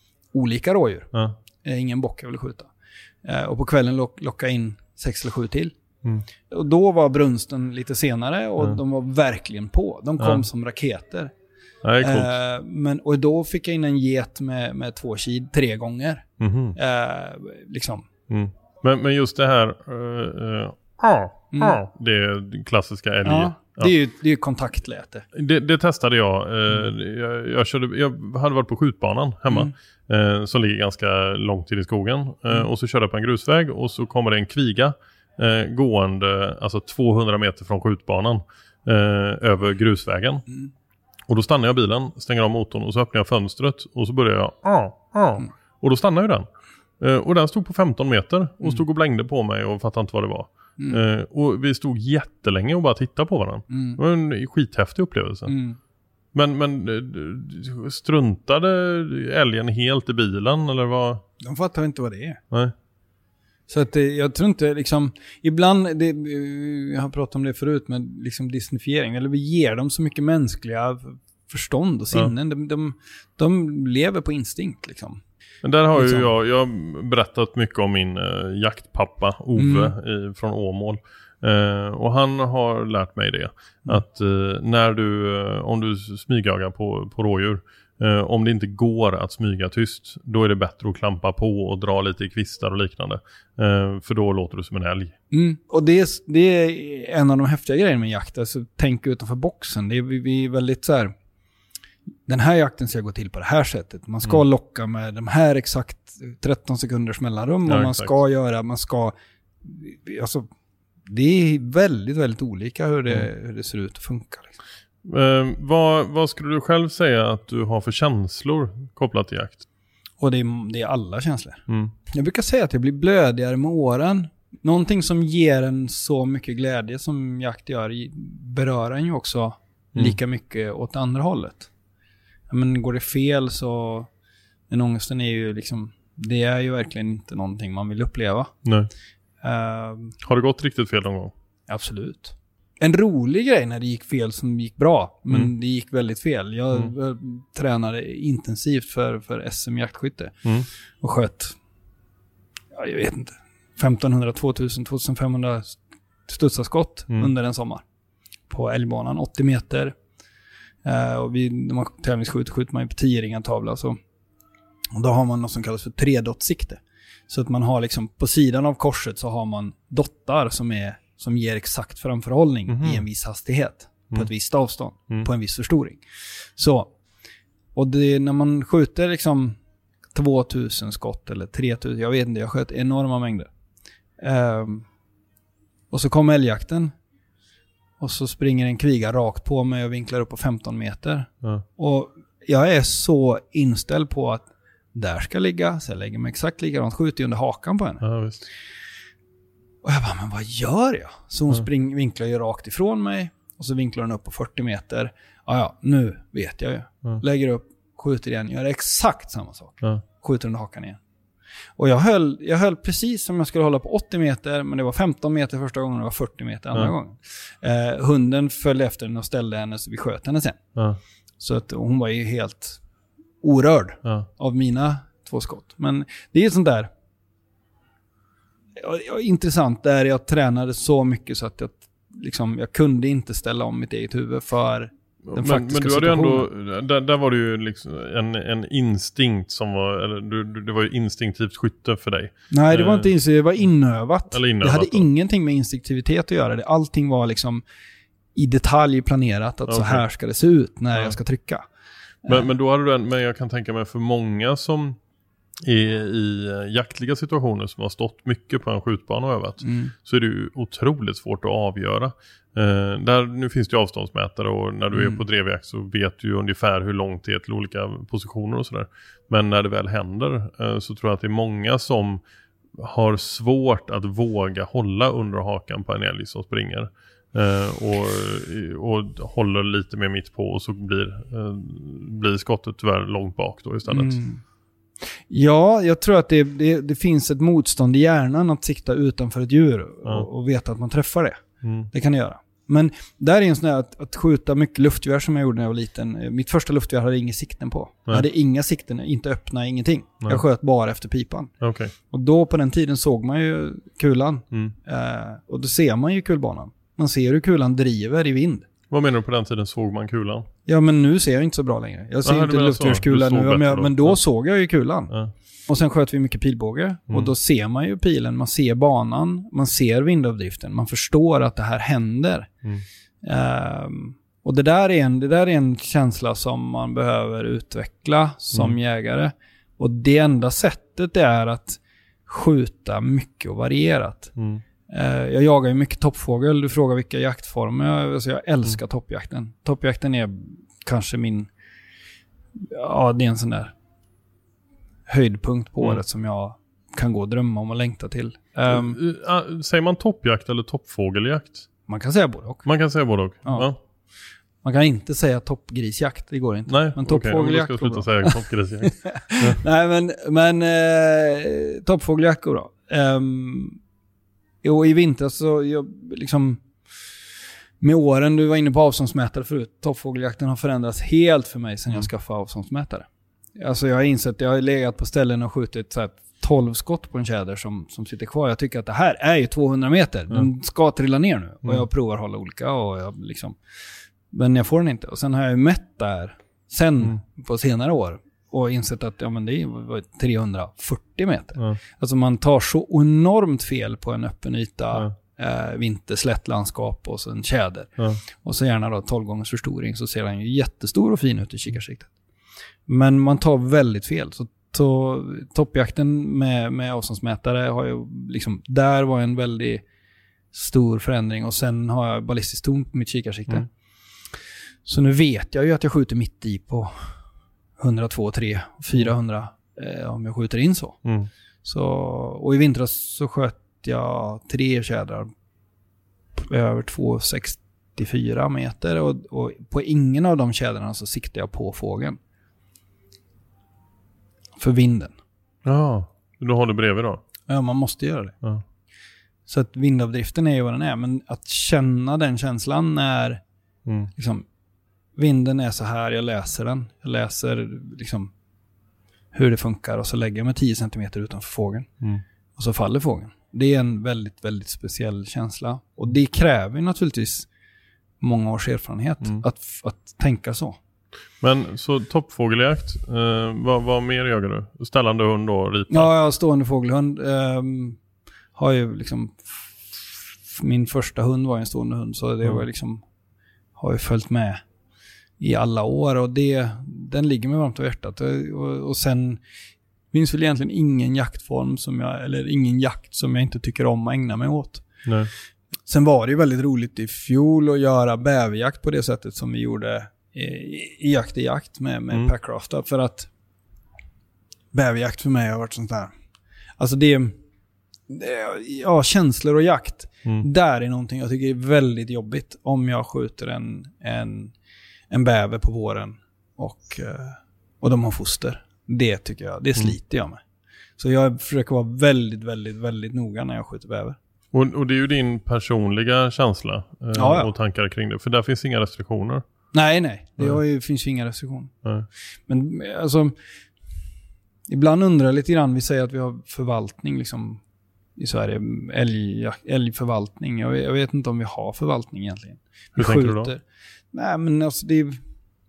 Olika rådjur. Ja. Ingen bock jag ville skjuta. Och på kvällen lock, lockade in sex eller sju till. Mm. Och då var brunsten lite senare och ja. de var verkligen på. De kom ja. som raketer. Ja, det är coolt. Eh, men, och då fick jag in en get med, med två kid tre gånger. Mm. Eh, liksom. Mm. Men, men just det här uh, uh, mm. det är klassiska älg. Ja, det är ju det är kontaktläte. Det, det testade jag. Uh, mm. jag, jag, körde, jag hade varit på skjutbanan hemma mm. uh, som ligger ganska långt in i skogen. Uh, mm. Och så körde jag på en grusväg och så kommer det en kviga uh, gående alltså tvåhundra meter från skjutbanan uh, över grusvägen. Mm. Och då stannar jag bilen, stänger av motorn och så öppnar jag fönstret och så börjar jag mm. och då stannar ju den. Uh, och den stod på femton meter och mm. stod och blängde på mig och fattade inte vad det var. Mm. Uh, och vi stod jättelänge och bara tittade på varandra. Mm. Det var en skithäftig upplevelse. Mm. Men, men uh, struntade älgen helt i bilen eller vad? De fattar inte vad det är. Nej. Så att jag tror inte liksom, ibland, det, jag har pratat om det förut med liksom disnifiering, eller vi ger dem så mycket mänskliga förstånd och sinnen. Ja. De, de, de lever på instinkt liksom. Men där har liksom. ju jag, jag har berättat mycket om min eh, jaktpappa Ove mm. i, från Åmål. Eh, och han har lärt mig det. Mm. Att eh, när du, eh, om du smygjagar på, på rådjur, eh, om det inte går att smyga tyst, då är det bättre att klampa på och dra lite i kvistar och liknande. Eh, för då låter du som en älg. Mm. Och det är, det är en av de häftiga grejerna med jakt. Alltså, tänk utanför boxen. Det är, vi, vi är väldigt så här... Den här jakten ska gå till på det här sättet. Man ska mm. locka med de här exakt tretton sekunders mellanrum. Ja, och man exakt. ska göra, man ska... Alltså, det är väldigt, väldigt olika hur det, mm. hur det ser ut och funkar. Liksom. Eh, vad, vad skulle du själv säga att du har för känslor kopplat till jakt? Och det är, det är alla känslor. Mm. Jag brukar säga att jag blir blödigare med åren. Någonting som ger en så mycket glädje som jakt gör berör en ju också mm. lika mycket åt andra hållet. Men går det fel så den ångesten är ju liksom, det är ju verkligen inte någonting man vill uppleva. Nej. Uh, Har det gått riktigt fel någon gång? Absolut. En rolig grej när det gick fel som gick bra, men mm. det gick väldigt fel. Jag, mm. jag tränade intensivt för, för S M-jaktskytte mm. och sköt, ja, jag vet inte, femtonhundra, tvåtusen, tjugofemhundra studsarskott mm. under en sommar på älgbanan, åttio meter. Uh, och vi, när man tävlingsskjuter skjuter man ju på tio ringar tavla, så Och då har man något som kallas för tredottsikte. Så att man har liksom på sidan av korset så har man dottar som, är, som ger exakt framförhållning mm-hmm. i en viss hastighet. På mm. ett visst avstånd. Mm. På en viss förstoring. Så. Och det, när man skjuter liksom tvåtusen skott eller tre tusen. Jag vet inte, jag sköt enorma mängder. Um, och så kom älgjakten. Och så springer en kviga rakt på mig och vinklar upp på femton meter. Mm. Och jag är så inställd på att där ska ligga. Så jag lägger mig exakt likadant. Skjuter under hakan på henne. Ja, visst. Och jag bara, men vad gör jag? Så hon mm. spring, vinklar ju rakt ifrån mig. Och så vinklar hon upp på fyrtio meter. Ja, ja, nu vet jag ju. Mm. Lägger upp, skjuter igen. Gör exakt samma sak. Mm. Skjuter under hakan igen. Och jag höll, jag höll precis som jag skulle hålla på åttio meter. Men det var femton meter första gången och det var fyrtio meter andra mm. gången. Eh, hunden följde efter den och ställde henne så vi sköt henne sen. Mm. Så att hon var ju helt orörd mm. av mina två skott. Men det är sånt där ja, intressant där jag tränade så mycket så att jag liksom, jag kunde inte ställa om mitt eget huvud för den men, faktiska men du hade situationen. Ändå, där, där var det ju liksom en, en instinkt som var, eller du, det var ju instinktivt skytte för dig. Nej, det var inte instinktivt, det var inövat. Eller inövat det hade då. Ingenting med instinktivitet att göra. Allting var liksom i detalj planerat att okay. så här ska det se ut när ja. jag ska trycka. Men, men då hade du en, men jag kan tänka mig för många som är i jaktliga situationer som har stått mycket på en skjutbana och övat mm. så är det ju otroligt svårt att avgöra. Eh, där, nu finns det ju avståndsmätare och när du mm. är på drevjakt så vet du ju ungefär hur långt det är till olika positioner och sådär. Men när det väl händer eh, så tror jag att det är många som har svårt att våga hålla under hakan på en älg som springer. Uh, och, och håller lite mer mitt på och så blir, uh, blir skottet tyvärr långt bak då istället. Mm. Ja, jag tror att det, det, det finns ett motstånd i hjärnan att sikta utanför ett djur och, ja. och veta att man träffar det. Mm. Det kan det göra. Men där är en sån här att, att skjuta mycket luftgevär som jag gjorde när jag var liten. Mitt första luftgevär hade inga sikten på. Nej. Jag hade inga sikten, inte öppna, ingenting. Nej. Jag sköt bara efter pipan. Okay. Och då på den tiden såg man ju kulan. Mm. Uh, och då ser man ju kulbanan. Man ser hur kulan driver i vind. Vad menar du på den tiden såg man kulan? Ja, men nu ser jag inte så bra längre. Jag ser Aha, inte luftgevärskulan nu, men, jag, men då ja. såg jag ju kulan. Ja. Och sen sköt vi mycket pilbåge. Mm. Och då ser man ju pilen, man ser banan, man ser vindavdriften. Man förstår att det här händer. Mm. Um, och det där, är en, det där är en känsla som man behöver utveckla som mm. jägare. Och det enda sättet är att skjuta mycket och varierat. Mm. Jag jagar ju mycket toppfågel. Du frågar vilka jaktformer. Jag, alltså jag älskar mm. toppjakten. Toppjakten är kanske min... Ja, det är en sån där höjdpunkt på mm. året som jag kan gå och drömma om och längta till. Um, Säger man toppjakt eller toppfågeljakt? Man kan säga både och. Man kan säga både och. Ja. Ja. Man kan inte säga toppgrisjakt, det går inte. Nej, men toppfågeljakt okay, går bra. Säga toppgrisjakt. ja. Nej, men, men eh, toppfågeljakt går bra. Um, Och i vinter så jag, liksom med åren, du var inne på avståndsmätare förut, toppfågeljakten har förändrats helt för mig sedan jag skaffade avståndsmätare. Alltså jag har insett att jag har legat på ställen och skjutit så här tolv skott på en tjäder som, som sitter kvar. Jag tycker att det här är ju tvåhundra meter. Den mm. ska trilla ner nu. Och jag provar hålla olika och jag liksom, men jag får den inte. Och sen har jag ju mätt där sen mm. på senare år. Och insett att ja, men det var trehundrafyrtio meter. Mm. Alltså man tar så enormt fel på en öppen yta, mm. eh, vinter, slätt landskap och så en tjäder. Mm. Och så gärna då tolv gångers förstoring så ser den ju jättestor och fin ut i kikarsiktet. Men man tar väldigt fel. Så, så toppjakten med, med avståndsmätare har ju liksom, där var en väldigt stor förändring. Och sen har jag ballistiskt torn på mitt kikarsikte. Mm. Så nu vet jag ju att jag skjuter mitt i på hundratvå, tre, fyrahundra eh, om jag skjuter in så. Mm. så. Och i vintras så sköt jag tre tjädrar över tvåhundrasextiofyra meter och, och på ingen av de tjädrarna så siktade jag på fågeln. För vinden. Ja, då har du bredvid då? Ja, man måste göra det. Ja. Så att vindavdriften är ju vad den är, men att känna den känslan när mm. liksom vinden är så här, jag läser den. Jag läser liksom hur det funkar och så lägger jag mig tio centimeter utanför fågeln. Mm. Och så faller fågeln. Det är en väldigt, väldigt speciell känsla. Och det kräver naturligtvis många års erfarenhet mm. att, att tänka så. Men så toppfågeljakt, eh, vad, vad mer gör du? Ställande hund då, rita? Ja, jag har stående fågelhund. Um, har ju liksom f- min första hund var en stående hund, så det mm. var liksom har ju följt med i alla år, och det den ligger mig varmt om hjärtat. Och, och sen finns väl egentligen ingen jaktform som jag eller ingen jakt som jag inte tycker om att ägna mig åt. Nej. Sen var det ju väldigt roligt i fjol att göra bäverjakt på det sättet som vi gjorde i, i jakt i jakt med, med mm. Packraft. För att bäverjakt för mig har varit sånt där. Alltså det, det ja, känslor och jakt. Mm. Där är någonting jag tycker är väldigt jobbigt om jag skjuter en, en, en bäver på våren och, och de har foster. Det tycker jag, det sliter jag med. Så jag försöker vara väldigt, väldigt, väldigt noga när jag skjuter bäver. Och, och det är ju din personliga känsla eh, ja, ja. och tankar kring det. För där finns inga restriktioner. Nej, nej. Det mm. ju, finns ju inga restriktioner. Nej. Men alltså, ibland undrar jag lite grann, vi säger att vi har förvaltning liksom, i Sverige, älg, älgförvaltning. Jag, jag vet inte om vi har förvaltning egentligen. Vi Hur skjuter. tänker du då? Nej, men alltså det är...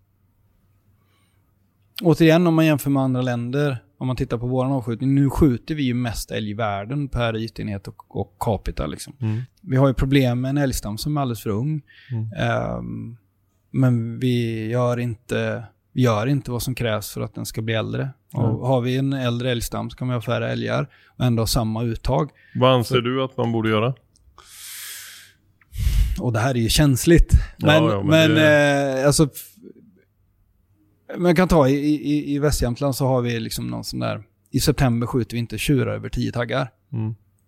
Återigen, om man jämför med andra länder, om man tittar på våran avskjutning, nu skjuter vi ju mest älg i världen per ytenhet och, och capita liksom. Mm. Vi har ju problem med en älgstam som är alldeles för ung. Mm. Um, men vi gör inte vi gör inte vad som krävs för att den ska bli äldre. Mm. Och har vi en äldre älgstam så kan vi ha färre älgar och ändå ha samma uttag. Vad anser så, du att man borde göra? Och det här är ju känsligt. Men, ja, ja, men, men det... eh, alltså... Man kan ta i, i, i Västjämtland så har vi liksom någon sån där, i september skjuter vi inte tjurar över tio taggar. Mm.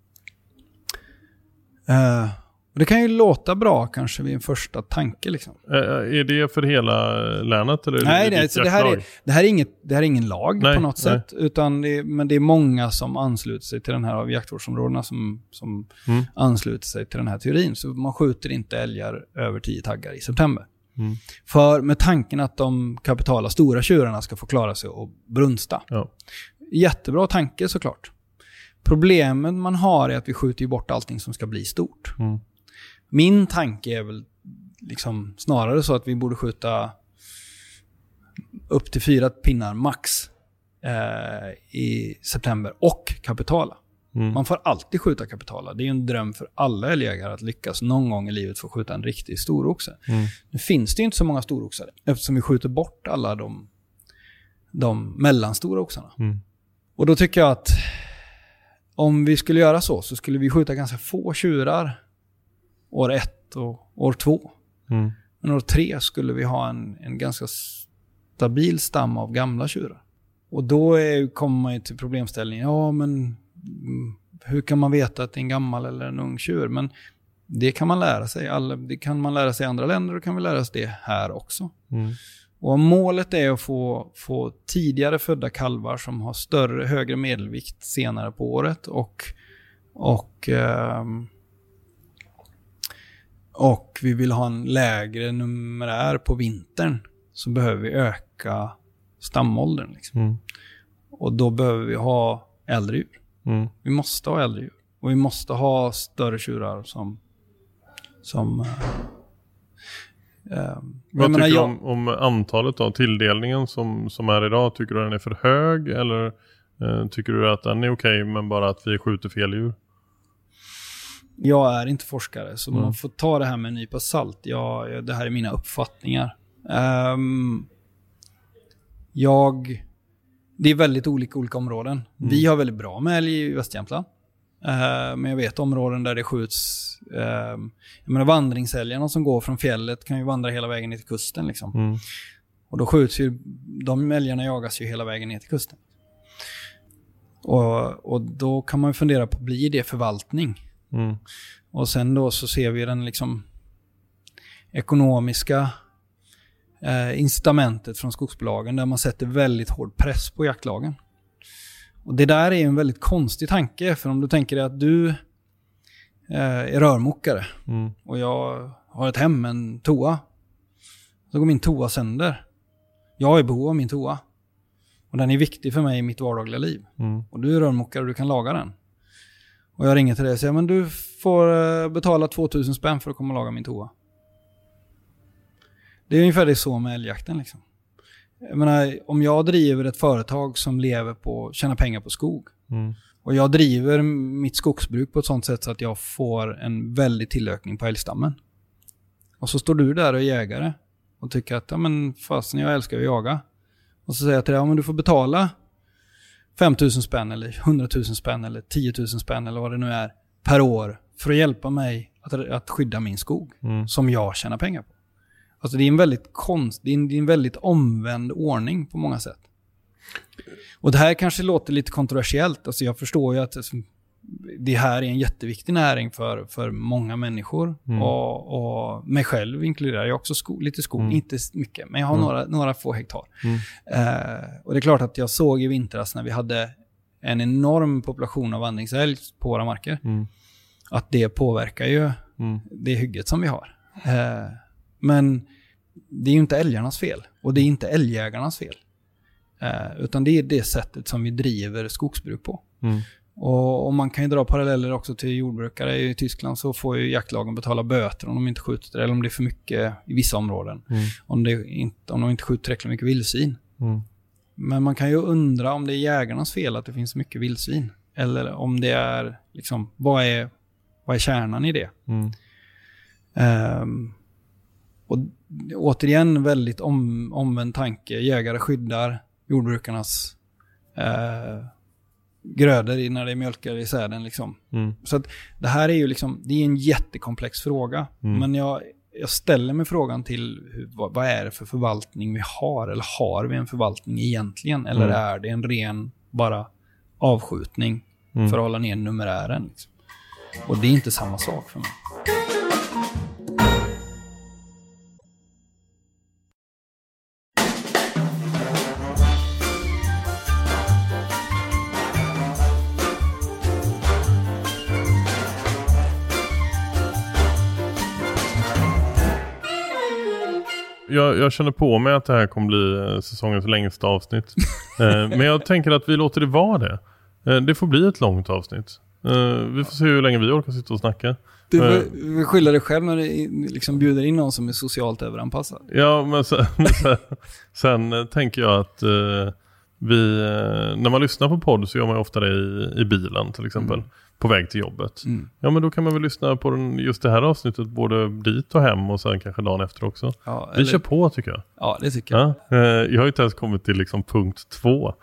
Uh, och det kan ju låta bra kanske vid en första tanke liksom. Uh, är det för hela länet eller? Nej, det, det, alltså det, här är, det här är inget, det här är ingen lag nej, på något nej. sätt, utan det, men det är många som ansluter sig till den här av jaktvårdsområdena som, som mm. ansluter sig till den här teorin. Så man skjuter inte älgar över tio taggar i september. Mm. För med tanken att de kapitala stora tjurarna ska få klara sig och brunsta. Ja. Jättebra tanke såklart. Problemet man har är att vi skjuter ju bort allting som ska bli stort. Mm. Min tanke är väl liksom snarare så att vi borde skjuta upp till fyra pinnar max eh, i september och kapitala. Mm. Man får alltid skjuta kapitala. Det är ju en dröm för alla älgjägare att lyckas någon gång i livet få skjuta en riktig storoxe. Mm. Nu finns det ju inte så många storoxar eftersom vi skjuter bort alla de, de mellanstora oxarna. Mm. Och då tycker jag att om vi skulle göra så så skulle vi skjuta ganska få tjurar år ett och år två. Mm. Men år tre skulle vi ha en, en ganska stabil stam av gamla tjurar. Och då är, kommer man ju till problemställningen, ja men hur kan man veta att det är en gammal eller en ung tjur? Men det kan man lära sig. Alla, det kan man lära sig i andra länder och kan vi lära oss det här också. Mm. Och målet är att få, få tidigare födda kalvar som har större, högre medelvikt senare på året och och, eh, och vi vill ha en lägre numerär på vintern, så behöver vi öka stamåldern. Liksom. Mm. Och då behöver vi ha äldre djur. Mm. Vi måste ha äldre djur. Och vi måste ha större tjurar som... som äh, äh, Vad menar, tycker du jag, om, om antalet då? Tilldelningen som, som är idag? Tycker du den är för hög? Eller äh, tycker du att den är okej men bara att vi skjuter fel djur? Jag är inte forskare så mm. man får ta det här med en nypa salt. Jag, det här är mina uppfattningar. Um, jag... Det är väldigt olika olika områden. Mm. Vi har väldigt bra med älg i Västjämtland. Uh, men jag vet områden där det skjuts... Uh, jag menar vandringsälgarna som går från fjället kan ju vandra hela vägen ner till kusten. Liksom. Mm. Och då skjuts ju... De älgarna jagas ju hela vägen ner till kusten. Och, och då kan man fundera på, blir det förvaltning? Mm. Och sen då så ser vi den liksom ekonomiska... Eh, incitamentet från skogsbolagen där man sätter väldigt hård press på jaktlagen. Och det där är ju en väldigt konstig tanke, för om du tänker dig att du eh, är rörmokare mm. och jag har ett hem, en toa, så går min toa sönder. Jag har ju behov av min toa och den är viktig för mig i mitt vardagliga liv. Mm. Och du är rörmokare och du kan laga den. Och jag ringer till dig och säger, men du får eh, betala tvåtusen spänn för att komma och laga min toa. Det är ungefär det så med älgjakten liksom. jag menar, om jag driver ett företag som lever på att tjäna pengar på skog Mm. och jag driver mitt skogsbruk på ett sånt sätt så att jag får en väldig tillökning på älgstammen. Och så står du där och är jägare och tycker att ja, men fastän jag älskar att jaga. Och så säger jag till dig, ja, men du får betala fem tusen spänn eller hundra tusen spänn eller tio tusen spänn eller vad det nu är per år för att hjälpa mig att, att skydda min skog Mm. som jag tjänar pengar på. Alltså det är en väldigt konst, det är en, det är en väldigt omvänd ordning på många sätt. Och det här kanske låter lite kontroversiellt. Alltså jag förstår ju att det här är en jätteviktig näring för, för många människor. Mm. Och, och mig själv inkluderar jag också sko, lite skog. Mm. Inte mycket, men jag har mm. några, några få hektar. Mm. Eh, och det är klart att jag såg i vintras när vi hade en enorm population av vandringsälg på våra marker. Mm. Att det påverkar ju mm. det hygget som vi har. Eh, men det är ju inte älgarnas fel. Och det är inte älgjägarnas fel. Eh, utan det är det sättet som vi driver skogsbruk på. Mm. Och, och man kan ju dra paralleller också till jordbrukare. I Tyskland så får ju jaktlagen betala böter om de inte skjuter eller om det är för mycket i vissa områden. Mm. Om, det inte, om de inte skjuter tillräckligt mycket vildsvin. Mm. Men man kan ju undra om det är jägarnas fel att det finns mycket vildsvin. Eller om det är, liksom, vad är, vad är kärnan i det? Mm. Um, och återigen väldigt om, omvänd tanke. Jägare skyddar jordbrukarnas uh, grödor när det är mjölkar i säden. Liksom. Mm. Så att det här är ju liksom, det är en jättekomplex fråga. Mm. Men jag, jag ställer mig frågan till hur, vad, vad är det för förvaltning vi har? Eller har vi en förvaltning egentligen? Eller mm. är det en ren bara avskjutning mm. för att hålla ner numerären? Liksom. Och det är inte samma sak för mig. Jag, jag känner på mig att det här kommer bli säsongens längsta avsnitt. eh, men jag tänker att vi låter det vara det. Eh, det får bli ett långt avsnitt. Eh, vi får se hur länge vi orkar sitta och snacka. Du får eh, skylla dig själv när du liksom bjuder in någon som är socialt överanpassad. Ja, men sen, sen, sen eh, tänker jag att eh, vi, eh, när man lyssnar på podd så gör man ju ofta det i, i bilen till exempel. Mm. På väg till jobbet. Mm. Ja, men då kan man väl lyssna på den, just det här avsnittet både dit och hem och sen kanske dagen efter också. Ja, eller... Vi kör på tycker jag. Ja, det tycker jag. Ja, jag har ju inte ens kommit till liksom punkt två.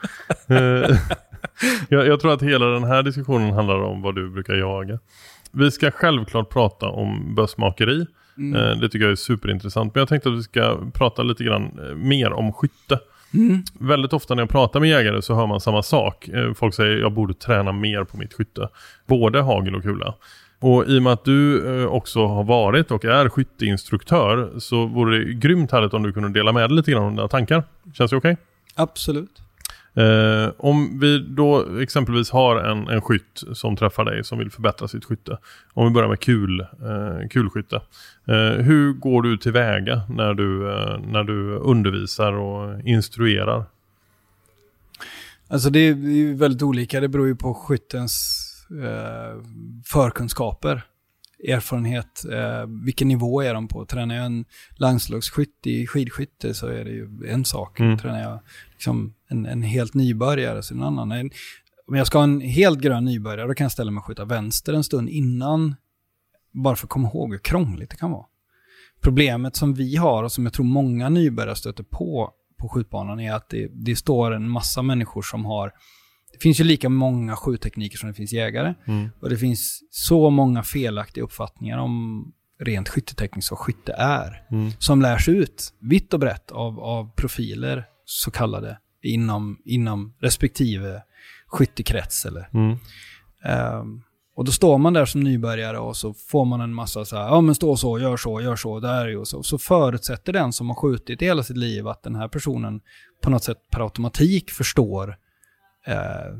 jag, jag tror att hela den här diskussionen handlar om vad du brukar jaga. Vi ska självklart prata om bössmakeri. Mm. Det tycker jag är superintressant. Men jag tänkte att vi ska prata lite grann mer om skytte. Mm. Väldigt ofta när jag pratar med jägare så hör man samma sak. Folk säger att jag borde träna mer på mitt skytte. Både hagel och kula. Och i och med att du också har varit och är skytteinstruktör så vore det grymt härligt om du kunde dela med dig lite grann om dina tankar. Känns det okej? Okay? Absolut. Eh, om vi då exempelvis har en, en skytt som träffar dig som vill förbättra sitt skytte. Om vi börjar med kul, eh, kulskytte. Eh, hur går du tillväga när du, eh, när du undervisar och instruerar? Alltså det är ju väldigt olika. Det beror ju på skyttens eh, förkunskaper. Erfarenhet, eh, vilken nivå är de på? Tränar jag en landslagsskytt i skidskytte så är det ju en sak. Mm. Tränar jag liksom en, en helt nybörjare så är det en annan. En, om jag ska ha en helt grön nybörjare då kan jag ställa mig och skjuta vänster en stund innan bara för att komma ihåg hur krångligt det kan vara. Problemet som vi har och som jag tror många nybörjare stöter på på skjutbanan är att det, det står en massa människor som har. Det finns ju lika många skjuttekniker som det finns jägare. Mm. Och det finns så många felaktiga uppfattningar om rent skytteteknik som skytte är. Mm. Som lärs ut vitt och brett av, av profiler så kallade inom, inom respektive skyttekrets. Eller. Mm. Um, och då står man där som nybörjare och så får man en massa så här, ja men stå så, gör så, gör så, där är ju så. Så förutsätter den som har skjutit i hela sitt liv att den här personen på något sätt per automatik förstår Eh,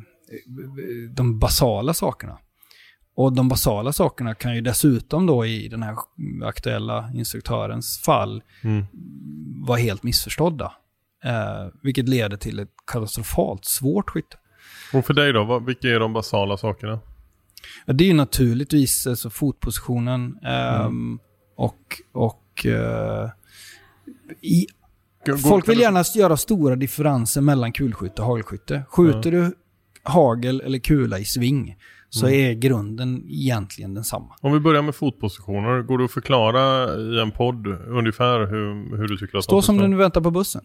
de basala sakerna. Och de basala sakerna kan ju dessutom då i den här aktuella instruktörens fall mm. vara helt missförstådda. Eh, vilket leder till ett katastrofalt svårt skytte. Och för dig då, vad, vilka är de basala sakerna? Ja, det är ju naturligtvis alltså, fotpositionen eh, mm. och, och eh, i Folk vill gärna göra stora differenser mellan kulskytte och hagelskytte. Skjuter ja. du hagel eller kula i sving så mm. är grunden egentligen densamma. Om vi börjar med fotpositioner, går det att förklara i en podd ungefär hur, hur du tycker att... Stå som när du väntar på bussen.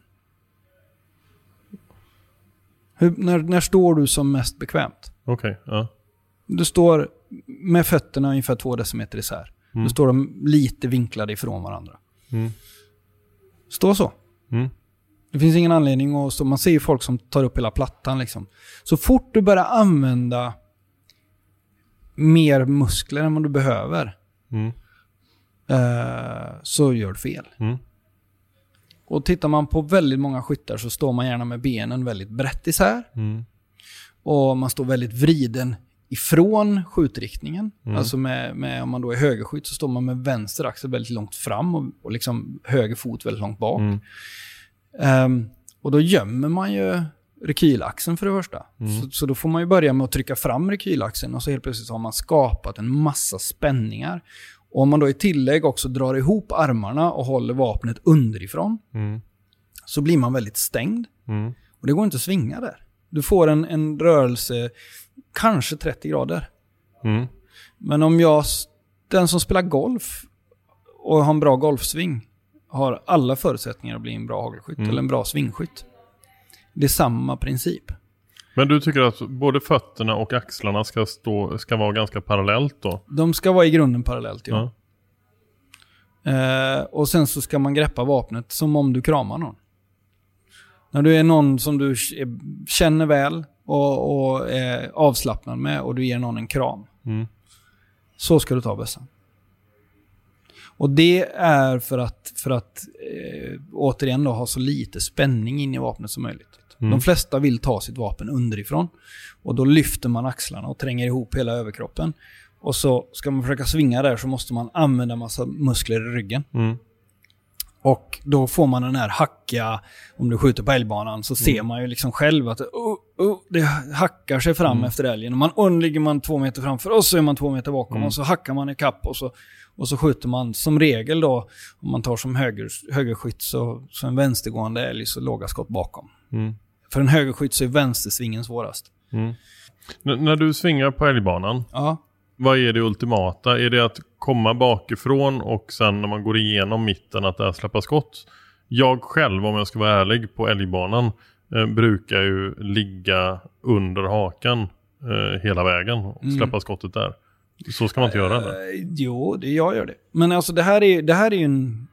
Hur, när, när står du som mest bekvämt? Okej, okay, ja. Du står med fötterna ungefär två decimeter isär. Mm. Du står de lite vinklade ifrån varandra. Mm. Stå så. Mm. Det finns ingen anledning att stå. Man ser ju folk som tar upp hela plattan liksom. Så fort du börjar använda mer muskler än vad du behöver mm. eh, så gör du fel. Mm. Och tittar man på väldigt många skyttar så står man gärna med benen väldigt brett isär. Mm. Och man står väldigt vriden ifrån skjutriktningen. Mm. Alltså med, med, om man då är högerskytt så står man med vänster axel väldigt långt fram och, och liksom höger fot väldigt långt bak. Mm. Um, och då gömmer man ju rekylaxeln för det första. Mm. Så, så då får man ju börja med att trycka fram rekylaxeln och så helt plötsligt har man skapat en massa spänningar. Och om man då i tillägg också drar ihop armarna och håller vapnet underifrån mm. så blir man väldigt stängd. Mm. Och det går inte att svinga där. Du får en, en rörelse kanske trettio grader. Mm. Men om jag, den som spelar golf och har en bra golfsving har alla förutsättningar att bli en bra hagelskytt mm. eller en bra svingskytt. Det är samma princip. Men du tycker att både fötterna och axlarna ska, stå, ska vara ganska parallellt då? De ska vara i grunden parallellt, ja. ja. Eh, och sen så ska man greppa vapnet som om du kramar någon. När du är någon som du känner väl och, och är avslappnad med och du ger någon en kram. Mm. Så ska du ta bössan. Och det är för att, för att eh, återigen då ha så lite spänning in i vapnet som möjligt. Mm. De flesta vill ta sitt vapen underifrån. Och då lyfter man axlarna och tränger ihop hela överkroppen. Och så ska man försöka svinga där så måste man använda massa muskler i ryggen. Mm. Och då får man den här hacka, om du skjuter på älgbanan så ser mm. man ju liksom själv att oh, oh, det hackar sig fram mm. efter älgen. Och man, och ligger man två meter framför och så är man två meter bakom mm. och så hackar man i kapp och så, och så skjuter man som regel då, om man tar som höger, högerskytt så, så en vänstergående älg så låga skott bakom. Mm. För en högerskytt så är vänstersvingen svårast. Mm. N- när du svingar på älgbanan, ja. Vad är det ultimata? Är det att komma bakifrån och sen när man går igenom mitten att där släppa skott? Jag själv, om jag ska vara ärlig, på älgbanan eh, brukar ju ligga under hakan eh, hela vägen och släppa mm. skottet där. Så ska man inte uh, göra det. Jo, det, jag gör det. Men alltså det här är, det här är ju en...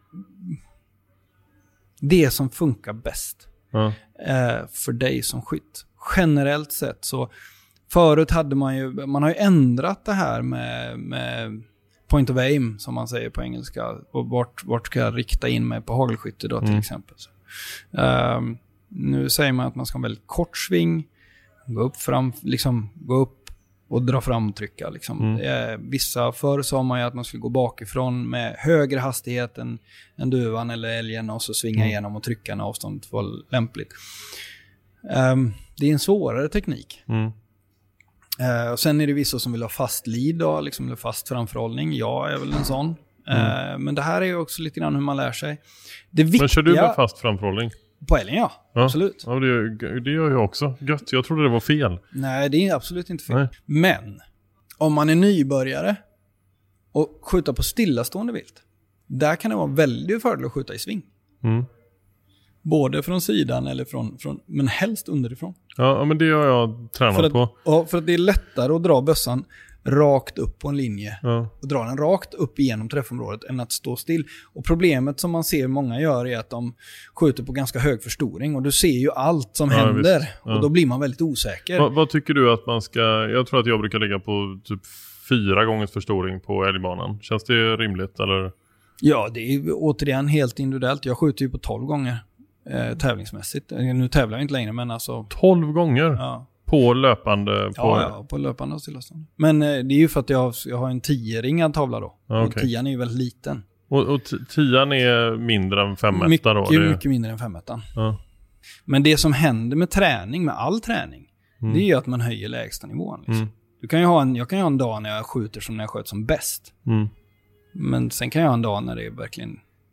det som funkar bäst uh. eh, för dig som skytt. Generellt sett så förut hade man ju, man har ju ändrat det här med, med point of aim som man säger på engelska och vart, vart ska jag rikta in mig på hagelskytte då till mm. exempel. Så, um, nu säger man att man ska ha en väldigt kort sving, gå upp fram, liksom gå upp och dra fram och trycka liksom. Mm. Eh, vissa förr sa man ju att man skulle gå bakifrån med högre hastighet än, än duvan eller älgen och så svinga mm. igenom och trycka när avståndet var lämpligt. Um, det är en svårare teknik. Mm. Uh, och sen är det vissa som vill ha fast lead då, liksom, eller fast framförhållning. Jag är väl en sån. Mm. Uh, men det här är ju också lite grann hur man lär sig. Det viktiga... Men kör du med fast framförhållning? På älgen, ja. ja. Absolut. Ja, det, det gör jag också. Gött, jag trodde det var fel. Nej, det är absolut inte fel. Nej. Men om man är nybörjare och skjuta på stillastående vilt, där kan det vara väldigt fördel att skjuta i sving. Mm. Både från sidan eller från, från men helst underifrån. Ja, men det har jag tränat för att, på. Ja, för att det är lättare att dra bössan rakt upp på en linje ja. och dra den rakt upp igenom träffområdet än att stå still. Och problemet som man ser många gör är att de skjuter på ganska hög förstoring och du ser ju allt som ja, händer ja. och då blir man väldigt osäker. Va, vad tycker du att man ska, jag tror att jag brukar ligga på typ fyra gångers förstoring på älgbanan. Känns det rimligt eller? Ja, det är återigen helt individuellt. Jag skjuter ju på tolv gånger eh, tävlingsmässigt. Nu tävlar jag inte längre men alltså... tolv gånger? Ja. På löpande? På... Ja, ja, på löpande och stillastående. Men eh, det är ju för att jag har, jag har en tio-ringad tavla då. Ah, okay. Och tian är ju väldigt liten. Och, och t- tian är mindre än fem mycket, då? Mycket, mycket mindre än fem ettan. Ah. Men det som händer med träning, med all träning, mm. det är ju att man höjer lägsta nivån. Liksom. Mm. Du kan ju ha en, jag kan ju ha en dag när jag skjuter som när jag sköt som bäst. Mm. Men sen kan jag ha en dag när det är verkligen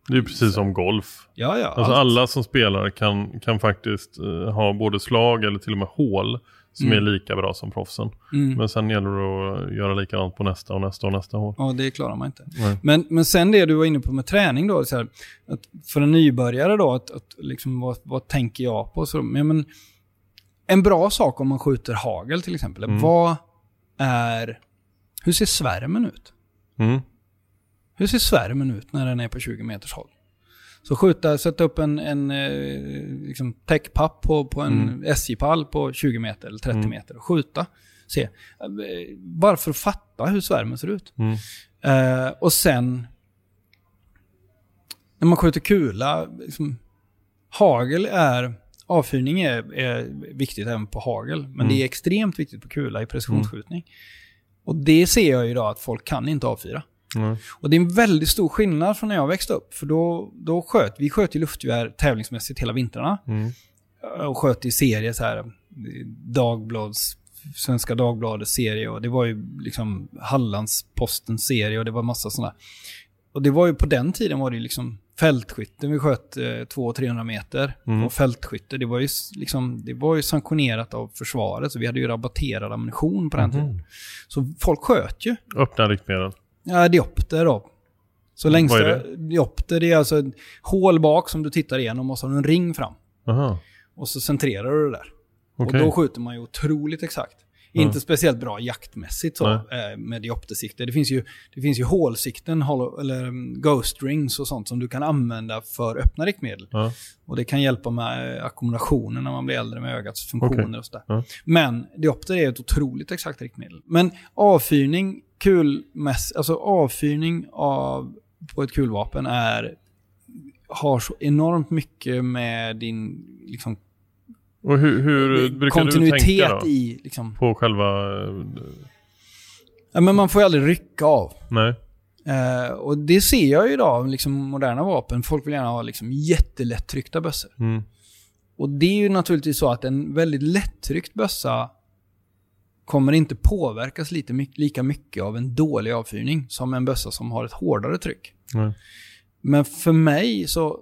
Det är ju precis som golf. Ja, ja. Alltså allt. alla som spelar kan, kan faktiskt uh, ha både slag eller till och med hål som mm. är lika bra som proffsen. Mm. Men sen gäller det att göra likadant på nästa och nästa och nästa hål. Ja, det klarar man inte. Men, men sen det du var inne på med träning då, så här, att för en nybörjare då, att, att liksom, vad, vad tänker jag på? Så, men, en bra sak om man skjuter hagel till exempel, mm. vad är, hur ser svärmen ut? Mm. Hur ser svärmen ut när den är på tjugo meters håll? Så skjuta, sätta upp en, en liksom täckpapp på, på en mm. S J-pall på tjugo meter eller trettio mm. meter och skjuta. Se. Bara för att fatta hur svärmen ser ut. Mm. Uh, och sen när man skjuter kula, liksom, hagel är, avfyrning är, är viktigt även på hagel, men mm. det är extremt viktigt på kula i precisionsskjutning. Mm. Och det ser jag ju idag att folk kan inte avfyra. Mm. Och det är en väldigt stor skillnad från när jag växte upp. För då, då sköt vi sköt i luftgevär tävlingsmässigt hela vintrarna. Mm. Och sköt i serier så här, Dagblads, Svenska Dagbladets serie. Och det var ju liksom Hallandspostens serie. Och det var massa sådana. Och det var ju på den tiden var det liksom fältskytten. Vi sköt eh, två till trehundra meter. Mm. Och fältskytte, det var ju liksom, det var ju sanktionerat av försvaret. Så vi hade ju rabatterad ammunition på den mm. tiden. Så folk sköt ju. Öppna riktmedel. Ja, diopter då. Så längsta det? diopter, det är alltså ett hål bak som du tittar igenom och så har du en ring fram. Aha. Och så centrerar du det där. Okay. Och då skjuter man ju otroligt exakt. Mm. Inte speciellt bra jaktmässigt så, äh, med dioptersikte. Det finns ju, det finns ju hålsikten eller ghost rings och sånt som du kan använda för öppna riktmedel. Mm. Och det kan hjälpa med ackumulationen när man blir äldre med ögats funktioner okay. och sådär. Mm. Men diopter är ett otroligt exakt riktmedel. Men avfyrning kulmäss, alltså avfyrning av på ett kulvapen är har så enormt mycket med din liksom och hur, hur brukar kontinuitet du tänka då? I liksom på själva ja, men man får ju aldrig rycka av. Nej. Eh, och det ser jag ju idag liksom moderna vapen, folk vill gärna ha liksom jättelättryckta bössor. Mm. Och det är ju naturligtvis så att en väldigt lättryckt bössa kommer inte påverkas lite, lika mycket av en dålig avfyrning som en bössa som har ett hårdare tryck. Mm. Men för mig så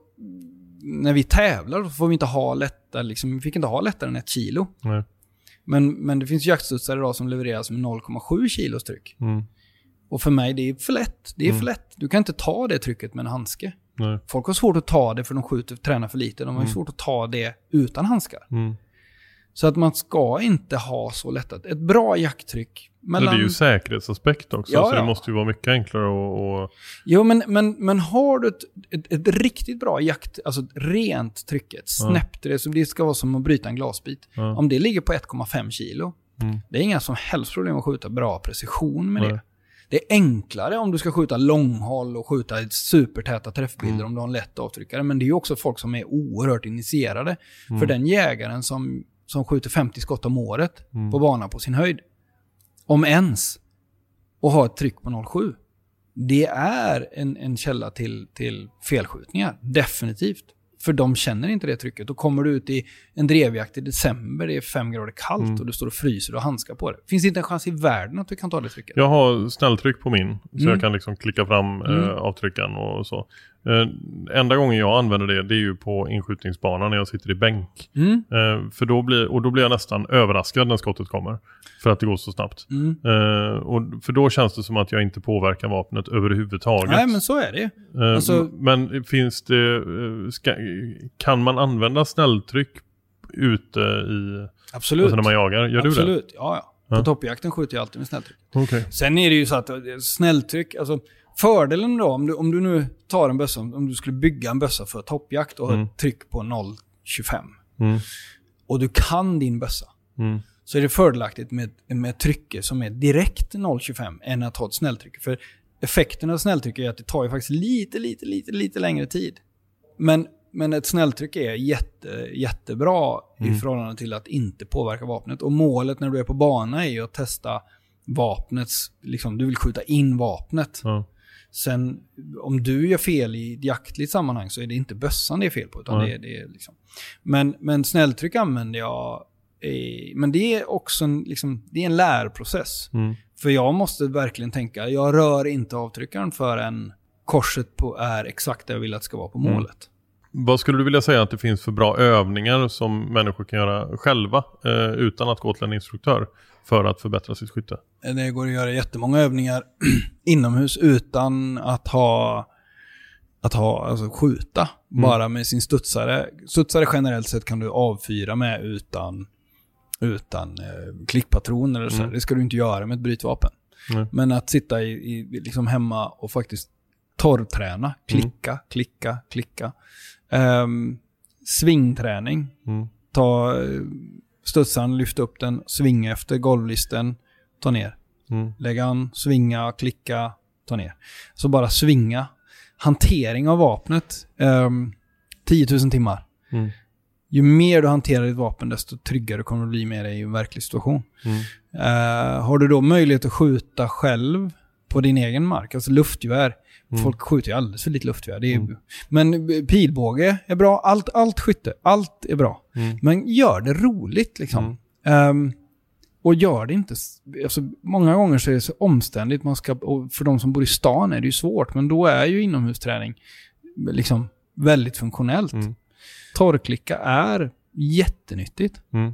när vi tävlar så får vi inte ha lättare, liksom, vi fick inte ha lättare än ett kilo. Mm. Men, men det finns jaktstudsare idag som levereras med noll komma sju kilos tryck. Mm. Och för mig det är för lätt. Det är mm. för lätt. Du kan inte ta det trycket med en handske. Nej. Folk har svårt att ta det för de skjuter tränar för lite. De har mm. svårt att ta det utan handskar. Mm. Så att man ska inte ha så lättat. Ett bra jakttryck. Mellan... Det är ju säkerhetsaspekt också. Ja, så ja. Det måste ju vara mycket enklare att... Och... Jo, men, men, men har du ett, ett, ett riktigt bra jakt, alltså ett rent tryck, ett snäppt, ja. det, så det ska vara som att bryta en glasbit. Ja. Om det ligger på ett komma fem kilo, mm. det är inga som helst problem att skjuta bra precision med ja. det. Det är enklare om du ska skjuta långhåll och skjuta supertäta träffbilder mm. om du har en lätt avtryckare. Men det är ju också folk som är oerhört initierade. Mm. För den jägaren som... som skjuter femtio skott om året mm. på banan på sin höjd. Om ens. Och har ett tryck på noll komma sju. Det är en, en källa till, till felskjutningar. Definitivt. För de känner inte det trycket. Då kommer du ut i en drevjakt i december. Det är fem grader kallt mm. och du står och fryser och handskar på det. Finns inte en chans i världen att du kan ta det trycket? Jag har snälltryck på min. Så mm. jag kan liksom klicka fram mm. eh, avtrycken och så. Eh, enda gången jag använder det, det är ju på inskjutningsbanan när jag sitter i bänk. Mm. Eh, för då blir, och då blir jag nästan överraskad när skottet kommer. För att det går så snabbt. Mm. Eh, och för då känns det som att jag inte påverkar vapnet överhuvudtaget. Nej, men så är det. Eh, alltså... Men finns det... Ska, kan man använda snälltryck ute i... Absolut. Alltså när man jagar? Gör Absolut. du det? Absolut, ja, ja. På ja. toppjakten skjuter jag alltid med snälltryck. Okay. Sen är det ju så att snälltryck... Alltså, fördelen då, om du, om du nu tar en bössa, om du skulle bygga en bössa för toppjakt och mm. ha ett tryck på noll komma tjugofem mm. och du kan din bössa mm. så är det fördelaktigt med, med ett trycke som är direkt noll komma tjugofem än att ha ett snälltryck. För effekten av snälltryck är att det tar ju faktiskt lite, lite, lite, lite längre tid. Men, men ett snälltryck är jätte, jättebra mm. i förhållande till att inte påverka vapnet. Och målet när du är på bana är ju att testa vapnets, liksom, du vill skjuta in vapnet. Mm. Sen om du gör fel i ett jaktligt sammanhang så är det inte bössan det är fel på utan mm. det, det är liksom. Men, men snälltryck använder jag i, men det är också en, liksom, det är en lärprocess. Mm. För jag måste verkligen tänka, jag rör inte avtryckaren förrän korset på är exakt det jag vill att det ska vara på målet. Mm. Vad skulle du vilja säga att det finns för bra övningar som människor kan göra själva eh, utan att gå till en instruktör för att förbättra sitt skytte? Det går att göra jättemånga övningar inomhus utan att ha att ha alltså skjuta mm. bara med sin studsare. Studsare generellt sett kan du avfyra med utan utan eh, klickpatroner eller så. Mm. Det ska du inte göra med ett brytvapen. Mm. Men att sitta i, i liksom hemma och faktiskt torrträna, klicka, mm. klicka, klicka. Um, svingträning. Mm. Ta studsan, lyfta upp den, svinga efter golvlisten, ta ner. Mm. Lägga an, svinga, klicka, ta ner. Så bara svinga. Hantering av vapnet. Um, tio tusen timmar. Mm. Ju mer du hanterar ditt vapen, desto tryggare kommer du bli med dig i en verklig situation. Mm. Uh, har du då möjlighet att skjuta själv på din egen mark, alltså luftgevär. Mm. Folk skjuter ju alldeles för lite luftgevär. Det är, mm. Men pilbåge är bra. Allt, allt skytte, allt är bra. Mm. Men gör det roligt liksom. Mm. Um, och gör det inte... Alltså, många gånger så är det så omständigt. Man ska, och för de som bor i stan är det ju svårt. Men då är ju inomhusträning liksom väldigt funktionellt. Mm. Torrklicka är jättenyttigt. Mm.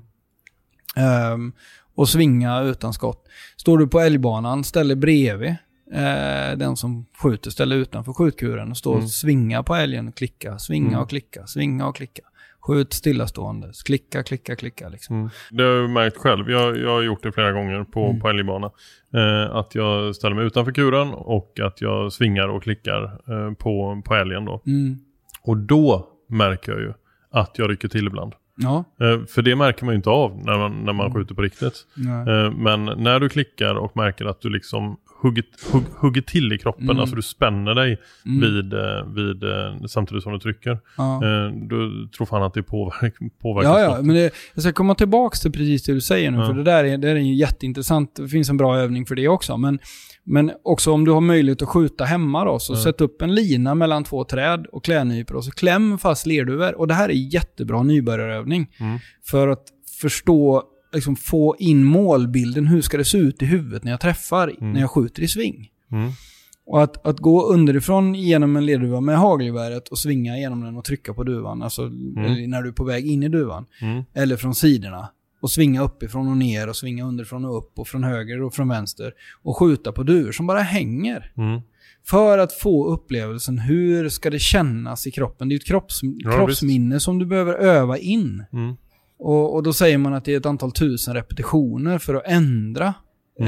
Um, och svinga utan skott. Står du på älgbanan, ställer bredvid eh, den som skjuter, ställer utanför skjutkuren och står mm. och svinga på älgen och klicka, svinga mm. och klicka, svinga och klicka. Skjut stillastående, klicka, klicka, klicka liksom. Mm. Det har jag märkt själv. Jag, jag har gjort det flera gånger på, mm. på älgbana. Eh, att jag ställer mig utanför kuren och att jag svingar och klickar eh, på, på älgen då. Mm. Och då märker jag ju att jag rycker till ibland. Ja. Eh, för det märker man ju inte av när man, när man mm. skjuter på riktigt. Eh, men när du klickar och märker att du liksom hugger, hugg, hugger till i kroppen, mm. alltså du spänner dig mm. vid, vid, samtidigt som du trycker, ja. eh, du tror fan att det påverkar, påverkar ja, ja, men det, jag ska komma tillbaka till precis det du säger nu, ja. för det där är, det är ju jätteintressant. Det finns en bra övning för det också, men Men också om du har möjlighet att skjuta hemma då, så mm. sätt upp en lina mellan två träd och klädnyper och så kläm fast lerduvor. Och det här är jättebra nybörjarövning mm. för att förstå, liksom få in målbilden. Hur ska det se ut i huvudet när jag träffar, mm. när jag skjuter i sving? Mm. Och att, att gå underifrån genom en lerduva med hagelgeväret och svinga genom den och trycka på duvan, alltså mm. när du är på väg in i duvan, mm. eller från sidorna. Och svinga uppifrån och ner och svinga underifrån och upp och från höger och från vänster. Och skjuta på duvor som bara hänger. Mm. För att få upplevelsen, hur ska det kännas i kroppen? Det är ett kropps, ja, kroppsminne visst. Som du behöver öva in. Mm. Och, och då säger man att det är ett antal tusen repetitioner för att ändra. Mm.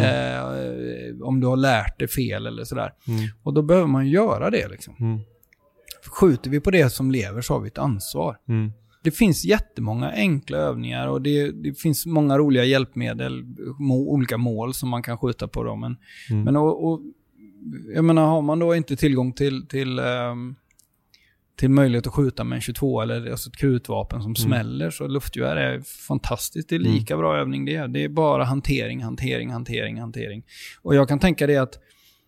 Eh, om du har lärt dig fel eller sådär. Mm. Och då behöver man göra det liksom. Mm. Skjuter vi på det som lever så har vi ett ansvar. Mm. Det finns jättemånga enkla övningar och det, det finns många roliga hjälpmedel, må, olika mål som man kan skjuta på dem. Men, mm. men och, och, jag menar, har man då inte tillgång till, till, um, till möjlighet att skjuta med en tjugotvå eller alltså ett krutvapen som mm. smäller, så luftgevär är fantastiskt. Det är lika mm. bra övning det. Det är bara hantering, hantering, hantering, hantering. Och jag kan tänka det att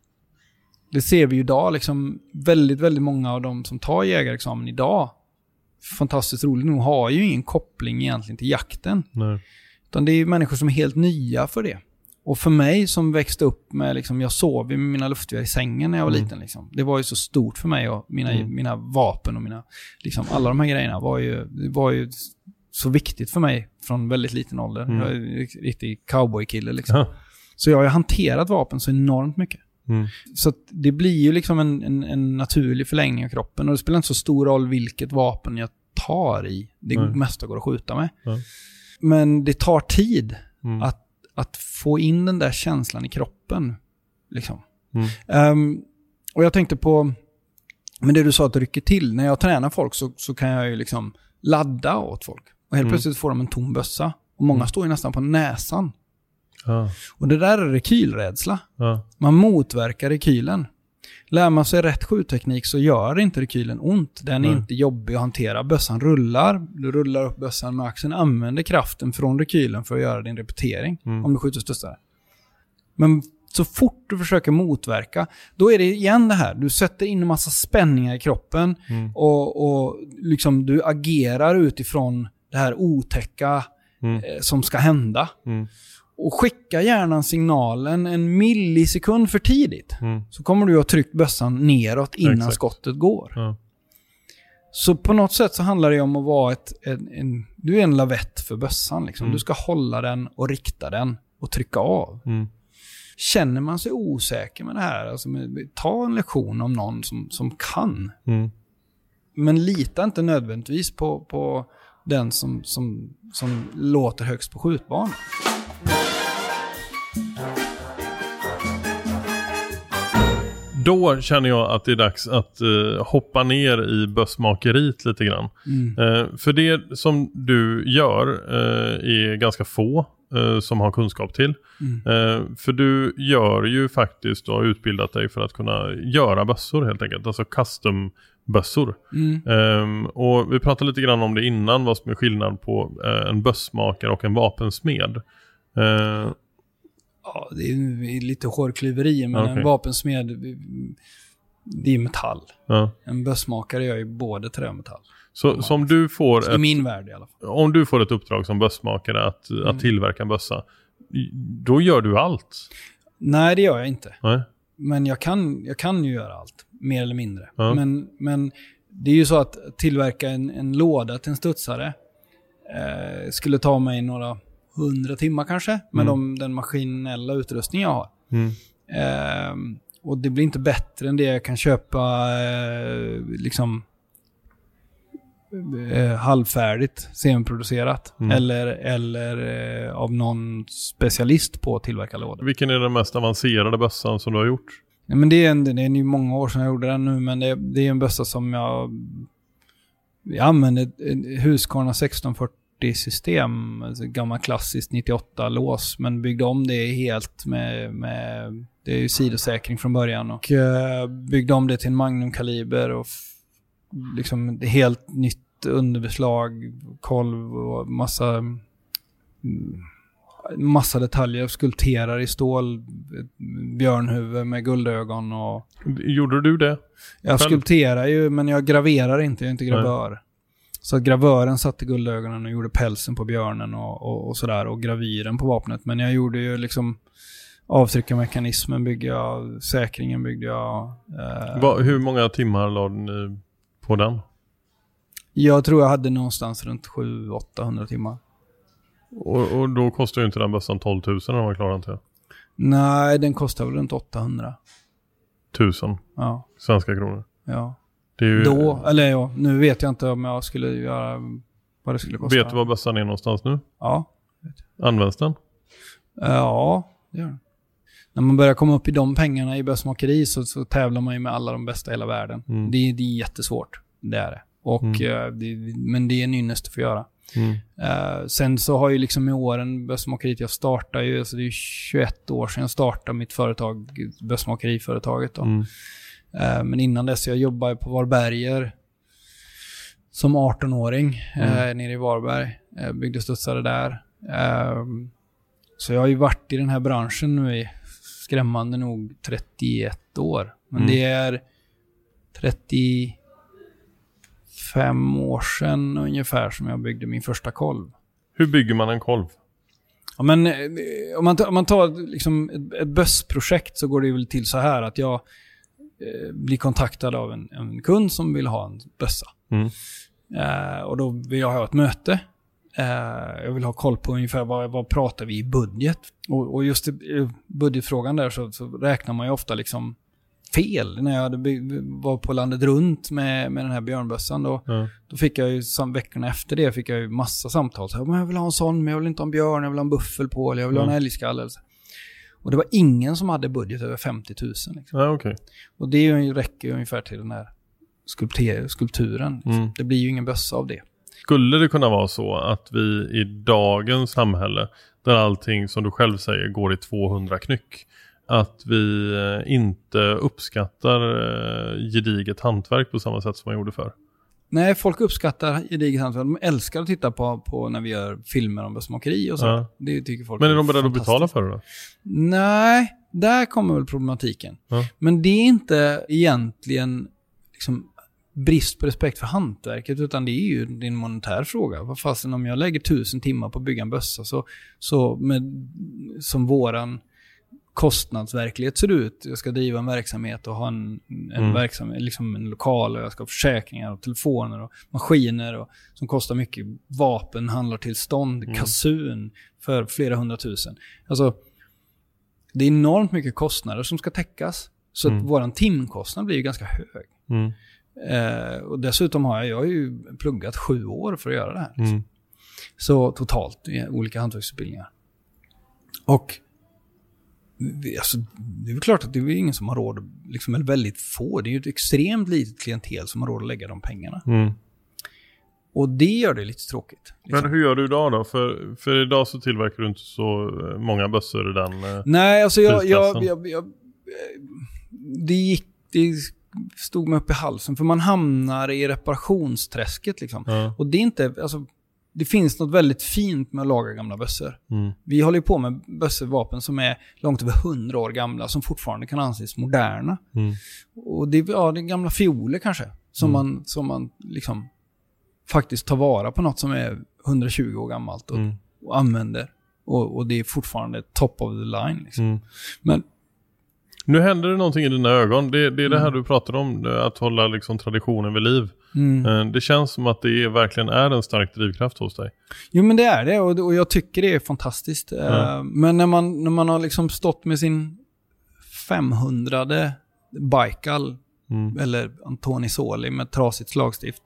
det ser vi ju idag, liksom väldigt, väldigt många av de som tar jägarexamen idag, fantastiskt roligt nog, har ju ingen koppling egentligen till jakten. Nej. Utan det är människor som är helt nya för det. Och för mig som växte upp med, liksom, jag sov med mina luftgevär i sängen när jag var mm. liten. Liksom. Det var ju så stort för mig och mina, mm. mina vapen och mina, liksom, alla de här grejerna var ju, var ju så viktigt för mig från väldigt liten ålder. Mm. Jag är en riktig cowboykille liksom. Ja. Så jag har ju hanterat vapen så enormt mycket. Mm. Så att det blir ju liksom en, en, en naturlig förlängning av kroppen. Och det spelar inte så stor roll vilket vapen jag tar i. Det mm. mesta går att skjuta med. Mm. Men det tar tid mm. att, att få in den där känslan i kroppen. Liksom. Mm. Um, och jag tänkte på, men det du sa att det rycker till. När jag tränar folk så, så kan jag ju liksom ladda åt folk. Och helt mm. plötsligt får de en tom bössa. Och många mm. står ju nästan på näsan. Ah. Och det där är rekylrädsla. Ah. Man motverkar rekylen. Lär man sig rätt skjutteknik så gör inte rekylen ont. Den är Nej. inte jobbig att hantera. Bössan rullar. Du rullar upp bössan med axeln. Använder kraften från rekylen för att göra din repetering. Mm. Om du skjuter studsare. Men så fort du försöker motverka, då är det igen det här. Du sätter in en massa spänningar i kroppen. Mm. Och, och liksom du agerar utifrån det här otäcka mm. eh, som ska hända. Mm. Och skicka gärna signalen en millisekund för tidigt. Mm. Så kommer du att trycka bössan neråt innan Exakt. skottet går. Ja. Så på något sätt så handlar det om att vara ett, en, en, du är en lavett för bössan. Liksom. Mm. Du ska hålla den och rikta den och trycka av. Mm. Känner man sig osäker med det här, alltså med, ta en lektion om någon som, som kan. Mm. Men lita inte nödvändigtvis på, på den som, som, som låter högst på skjutbanan. Då känner jag att det är dags att uh, hoppa ner i bössmakeriet lite grann. Mm. Uh, för det som du gör uh, är ganska få uh, som har kunskap till. Mm. Uh, för du gör ju faktiskt och har utbildat dig för att kunna göra bössor helt enkelt. Alltså custom bössor. Mm. Um, och vi pratade lite grann om det innan, vad som är skillnad på uh, en bössmakare och en vapensmed. Uh, Ja, det är lite hårklyverier, men okay. en vapensmed, det är metall. Ja. En bössmakare gör ju både trä och metall. Så som du får ett, i min värld i alla fall. Om du får ett uppdrag som bössmakare att, mm. att tillverka en bössa, då gör du allt? Nej, det gör jag inte. Nej. Men jag kan, jag kan ju göra allt, mer eller mindre. Ja. Men, men det är ju så att tillverka en, en låda till en studsare eh, skulle ta mig några hundra timmar kanske, med mm. de, den maskinella utrustning jag har. Mm. Eh, och det blir inte bättre än det jag kan köpa eh, liksom eh, halvfärdigt, semiproducerat. Mm. Eller, eller eh, av någon specialist på att tillverka lådor. Vilken är den mest avancerade bössan som du har gjort? Ja, men det är, en, det är ju många år sedan jag gjorde den nu, men det, det är en bössa som jag, jag använder Husqvarna sexton fyrtio system, alltså gammal klassiskt nittioåtta lås, men byggde om det helt med, med det är ju sidosäkring från början, och uh, byggde om det till en magnumkaliber och f- liksom helt nytt underbeslag, kolv och massa massa detaljer, skulpterar i stål, björnhuvud med guldögon. Och gjorde du det? Jag skulpterar ju, men jag graverar inte, jag är inte gravör. Nej. Så att gravören satte guldögonen och gjorde pälsen på björnen och, och, och sådär, och gravyren på vapnet. Men jag gjorde ju liksom avtryckarmekanismen byggde jag, säkringen byggde jag. Eh, Va, hur många timmar lade ni på den? Jag tror jag hade någonstans runt sju till åttahundra timmar. Och, och då kostar ju inte den bössan tolv tusen när man klarar inte. Nej, den kostar väl runt åttahundra. Tusen? Ja. Svenska kronor? Ja. Det är ju... Då, eller ja, nu vet jag inte om jag skulle göra vad det skulle kosta. Vet du var bössan är någonstans nu? Ja. Används den? Ja, det gör den. När man börjar komma upp i de pengarna i bössmakeri så, så tävlar man ju med alla de bästa i hela världen. Mm. Det, det är jättesvårt, det är det. Och, mm. uh, det men det är en ynnest att få göra. Mm. Uh, sen så har ju liksom med åren bössmakeriet, jag startade ju, alltså det är tjugoett år sedan jag startade mitt företag, bössmakeriföretaget då. Mm. Uh, men innan dess jag jobbade på Varberger som arton-åring mm. uh, nere i Varberg. Uh, byggde studsare där. Uh, så jag har ju varit i den här branschen nu i skrämmande nog trettioett år. Men mm. det är trettiofem år sedan ungefär som jag byggde min första kolv. Hur bygger man en kolv? Ja, men om man tar, om man tar liksom ett, ett bössprojekt så går det väl till så här att jag eh, blir kontaktad av en, en kund som vill ha en bössa. Mm. Eh, och då vill jag ha ett möte. Eh, jag vill ha koll på ungefär vad, vad pratar vi i budget. Och, och just i budgetfrågan där så, så räknar man ju ofta liksom fel. När jag hade by- var på landet runt med, med den här björnbössan då, mm. då fick jag ju sam- veckorna efter det fick jag ju massa samtal. Så, men jag vill ha en sån, men jag vill inte ha en björn, jag vill ha en buffel på, eller jag vill mm. ha en älgskalle. Och det var ingen som hade budget över femtio tusen. Liksom. Ja, okay. Och det ju, räcker ju ungefär till den här skulpter- skulpturen. Liksom. Mm. Det blir ju ingen bössa av det. Skulle det kunna vara så att vi i dagens samhälle, där allting som du själv säger går i tvåhundra knyck, att vi inte uppskattar gediget hantverk på samma sätt som man gjorde förr? Nej, folk uppskattar gediget hantverk. De älskar att titta på, på när vi gör filmer om bössmakeri och så. Ja. Det tycker folk. Men är de beredda att betala för det då? Nej, där kommer väl problematiken. Ja. Men det är inte egentligen liksom brist på respekt för hantverket, utan det är ju en monetär fråga. Vad fasen, om jag lägger tusen timmar på att bygga en bössa, så, så med, som våran kostnadsverklighet ser ut. Jag ska driva en verksamhet och ha en, en mm. verksamhet, liksom en lokal, och jag ska ha försäkringar och telefoner och maskiner och, som kostar mycket. Vapen, handlartillstånd, mm. kasun för flera hundratusen. Alltså, det är enormt mycket kostnader som ska täckas. Så mm. att våran timkostnad blir ju ganska hög. Mm. Eh, och dessutom har jag, jag har ju pluggat sju år för att göra det här. Liksom. Mm. Så totalt i olika hantverksutbildningar. Och alltså, det är väl klart att det är ingen som har råd, liksom, eller väldigt få. Det är ju ett extremt litet klientel som har råd att lägga de pengarna. Mm. Och det gör det lite tråkigt. Liksom. Men hur gör du idag då? För, för idag så tillverkar du inte så många bössor i den. Nej, alltså jag, jag, jag, jag det gick, det stod mig upp i halsen. För man hamnar i reparationsträsket liksom. Ja. Och det är inte, alltså, det finns något väldigt fint med att laga gamla bössor. Mm. Vi håller ju på med bössevapen som är långt över hundra år gamla, som fortfarande kan anses moderna. Mm. Och det, ja, det är gamla fioler kanske, som mm. man, som man liksom faktiskt tar vara på något som är hundratjugo år gammalt och, mm. och använder. Och, och det är fortfarande top of the line. Liksom. Mm. Men nu händer det någonting i dina ögon. Det, det är det här mm. du pratar om, att hålla liksom traditionen vid liv. Mm. Det känns som att det är, verkligen är en stark drivkraft hos dig. Jo, men det är det, och, och jag tycker det är fantastiskt. Mm. Men när man, när man har liksom stått med sin femhundrade Baikal mm. eller Antoni Soli med trasigt slagstift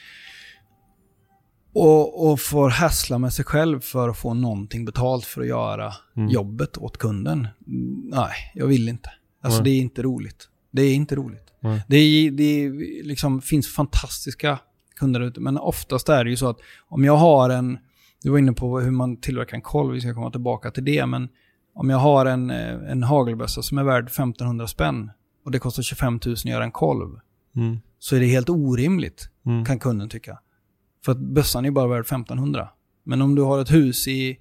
och, och får hassla med sig själv för att få någonting betalt för att göra mm. jobbet åt kunden. Nej, jag vill inte. Alltså mm. det är inte roligt. Det är inte roligt. Mm. Det, är, det är, liksom, finns fantastiska kunder ute, men oftast är det ju så att om jag har en, du var inne på hur man tillverkar en kolv, vi ska komma tillbaka till det, men om jag har en, en hagelbössa som är värd femtonhundra spänn och det kostar tjugofem tusen att göra en kolv, mm. så är det helt orimligt, mm. kan kunden tycka. För att bössan är bara värd femtonhundra. Men om du har ett hus i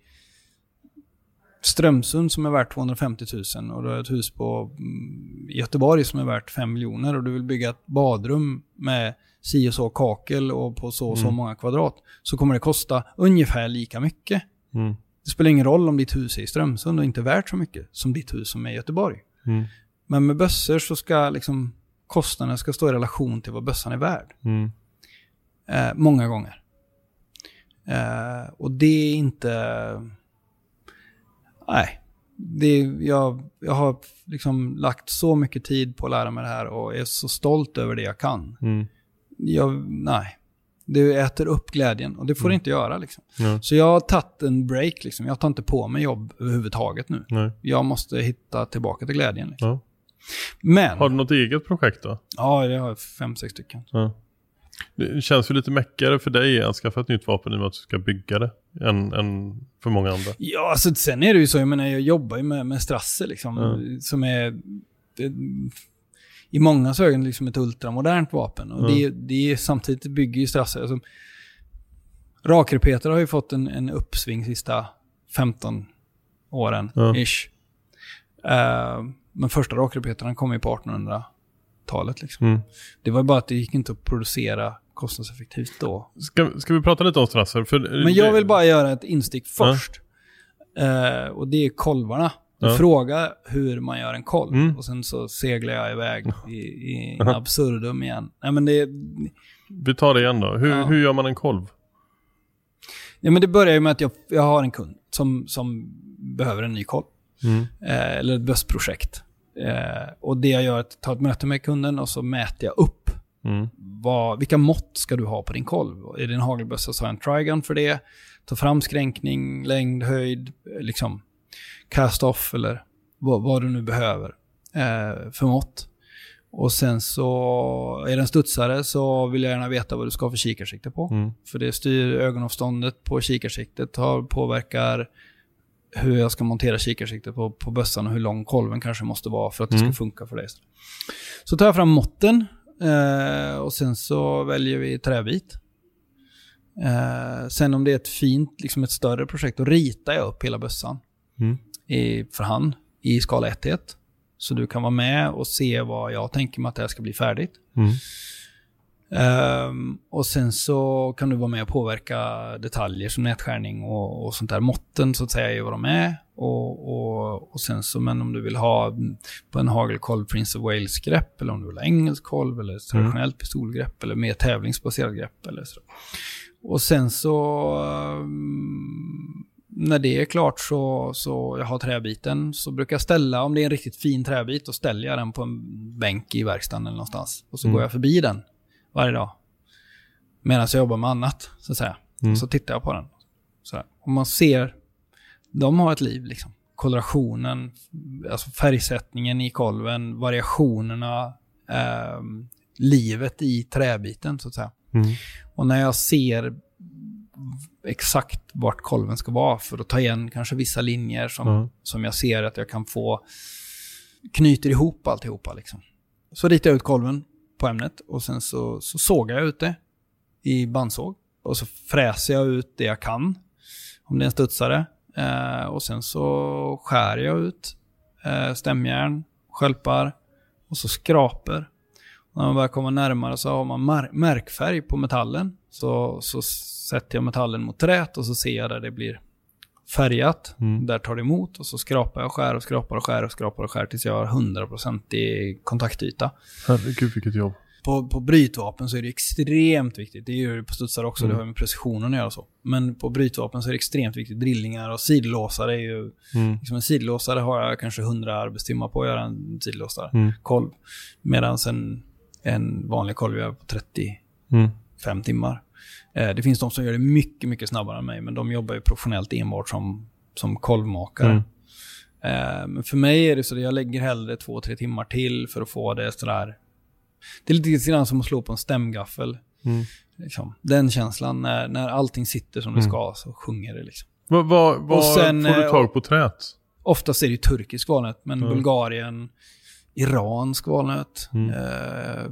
Strömsund som är värt tvåhundrafemtio tusen och du har ett hus på i Göteborg som är värt fem miljoner och du vill bygga ett badrum med si och så kakel och på så och så mm. många kvadrat, så kommer det kosta ungefär lika mycket. Mm. Det spelar ingen roll om ditt hus är i Strömsund och inte värt så mycket som ditt hus som är i Göteborg. Mm. Men med bössor så ska liksom kostnaden ska stå i relation till vad bössan är värd. Mm. Eh, många gånger. Eh, och det är inte... Nej, det, jag, jag har liksom lagt så mycket tid på att lära mig det här och är så stolt över det jag kan. Mm. Jag, nej, det äter upp glädjen och det får mm. det inte göra. Liksom. Ja. Så jag har tagit en break. Liksom. Jag tar inte på mig jobb överhuvudtaget nu. Nej. Jag måste hitta tillbaka till glädjen. Liksom. Ja. Men, har du något eget projekt då? Ja, jag har fem, sex stycken. Ja. Det känns ju lite mäckare för dig att skaffa ett nytt vapen i och med att du ska bygga det än, än för många andra. Ja, alltså sen är det ju så, jag menar, jag jobbar ju med, med Strasse liksom, mm. som är det, i många ögon liksom ett ultramodernt vapen. Och mm. det, det är samtidigt bygger ju Strasse. Alltså, rakrepeter har ju fått en, en uppsving sista femton åren mm. ish. Uh, men första rakrepeterna kom ju på artonhundratalet liksom. Mm. Det var bara att det gick inte att producera kostnadseffektivt då. Ska, ska vi prata lite om Strasser? För men jag vill bara göra ett instick först. Mm. Uh, och det är kolvarna. Du mm. frågar hur man gör en kolv. Mm. Och sen så seglar jag iväg i, i en absurdum igen. Nej, men det, vi tar det igen då. Hur, ja. hur gör man en kolv? Ja, men det börjar ju med att jag, jag har en kund som, som behöver en ny kolv. Mm. Eh, eller ett bössprojekt. Eh, och det jag gör är att ta ett möte med kunden och så mäter jag upp mm. vad, vilka mått ska du ha på din kolv. Är det en hagelbössa så har jag en trigun för det. Ta fram skränkning, längd, höjd, liksom cast-off eller vad, vad du nu behöver eh, för mått. Och sen så är det en studsare så vill jag gärna veta vad du ska ha för kikarsikte på. Mm. För det styr ögonavståndet på kikarsiktet, har, påverkar hur jag ska montera kikarsiktet på, på bössan och hur lång kolven kanske måste vara för att det mm. ska funka för dig. Så tar jag fram måtten eh, och sen så väljer vi träbit. Eh, sen om det är ett fint, liksom ett större projekt, då ritar jag upp hela bössan mm. i, för hand i skala ett till ett. Så du kan vara med och se vad jag tänker mig att det här ska bli färdigt. Mm. Um, och sen så kan du vara med och påverka detaljer som nätskärning och, och sånt där. Måtten så att säga är vad de är. Och, och, och sen så, men om du vill ha på en hagelkolv Prince of Wales grepp, eller om du vill ha engelsk kolv eller traditionellt pistolgrepp eller mer tävlingsbaserad grepp eller så. Och sen så um, när det är klart så, så jag har träbiten, så brukar jag ställa, om det är en riktigt fin träbit, och ställer jag den på en bänk i verkstaden eller någonstans. Och så mm. går jag förbi den varje dag medan jag jobbar med annat, så att säga. Mm. Så tittar jag på den. Så och man ser, de har ett liv liksom. Kolorationen, alltså färgsättningen i kolven, variationerna, eh, livet i träbiten, så att säga. Mm. Och när jag ser exakt vart kolven ska vara för att ta igen kanske vissa linjer som, mm. som jag ser att jag kan få knyter ihop alltihopa liksom. Så ritar jag ut kolven på ämnet och sen så, så sågar jag ut det i bandsåg och så fräser jag ut det jag kan om det är en studsare eh, och sen så skär jag ut eh, stämjärn, skölpar och så skraper. Och när man börjar komma närmare så har man mar- märkfärg på metallen, så, så sätter jag metallen mot trät och så ser jag där det blir färgat. Mm. Där tar det emot och så skrapar jag, skär och skrapar och skär och skrapar och skär tills jag har hundra procent i kontaktyta. Herregud, vilket jobb. På, på brytvapen så är det extremt viktigt. Det gör det på studsar också, mm. det har med precisionen att göra så. Men på brytvapen så är det extremt viktigt. Drillingar och sidlåsare är ju... Mm. Liksom en sidlåsare har jag kanske hundra arbetstimmar på att göra en sidlåsare. Mm. Kolv. Medan en, en vanlig kolv gör på trettiofem mm. timmar. Eh, det finns de som gör det mycket, mycket snabbare än mig. Men de jobbar ju professionellt enbart som, som kolvmakare. Mm. Eh, men för mig är det så att jag lägger hellre två, tre timmar till för att få det sådär. Det är lite grann som att slå på en stämgaffel. Mm. Liksom. Den känslan, när, när allting sitter som det ska, mm. så sjunger det liksom. Vad va, va, får du tag på trät? Oftast är det ju turkisk valnöt, men mm. Bulgarien, iransk valnöt. Mm. Eh,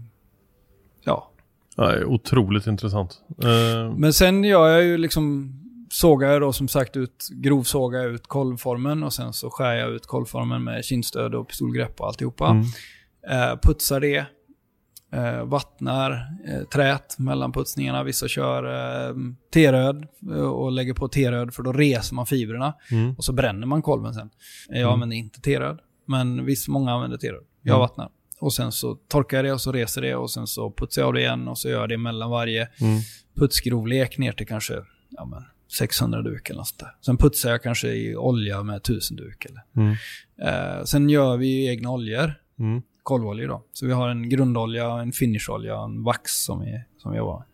ja. Ja, otroligt intressant. Uh... Men sen gör jag ju liksom, sågar jag då som sagt ut, grovsågar ut kolvformen och sen så skär jag ut kolvformen med kindstöd och pistolgrepp och alltihopa. Mm. Uh, putsar det, uh, vattnar uh, trät mellan putsningarna. Vissa kör uh, T-röd uh, och lägger på T-röd för då reser man fibrerna mm. och så bränner man kolven sen. Jag mm. använder inte T-röd, men visst många använder T-röd. Jag mm. vattnar. Och sen så torkar jag det och så reser det och sen så putsar jag av det igen och så gör jag det mellan varje mm. putsgrovlek ner till kanske ja men, sexhundra duk eller något där. Sen putsar jag kanske i olja med tusen duk. Eller. Mm. Eh, sen gör vi egna oljor. Mm. Kolvoljor då. Så vi har en grundolja, en finisholja och en vax som vi, som vi jobbar med.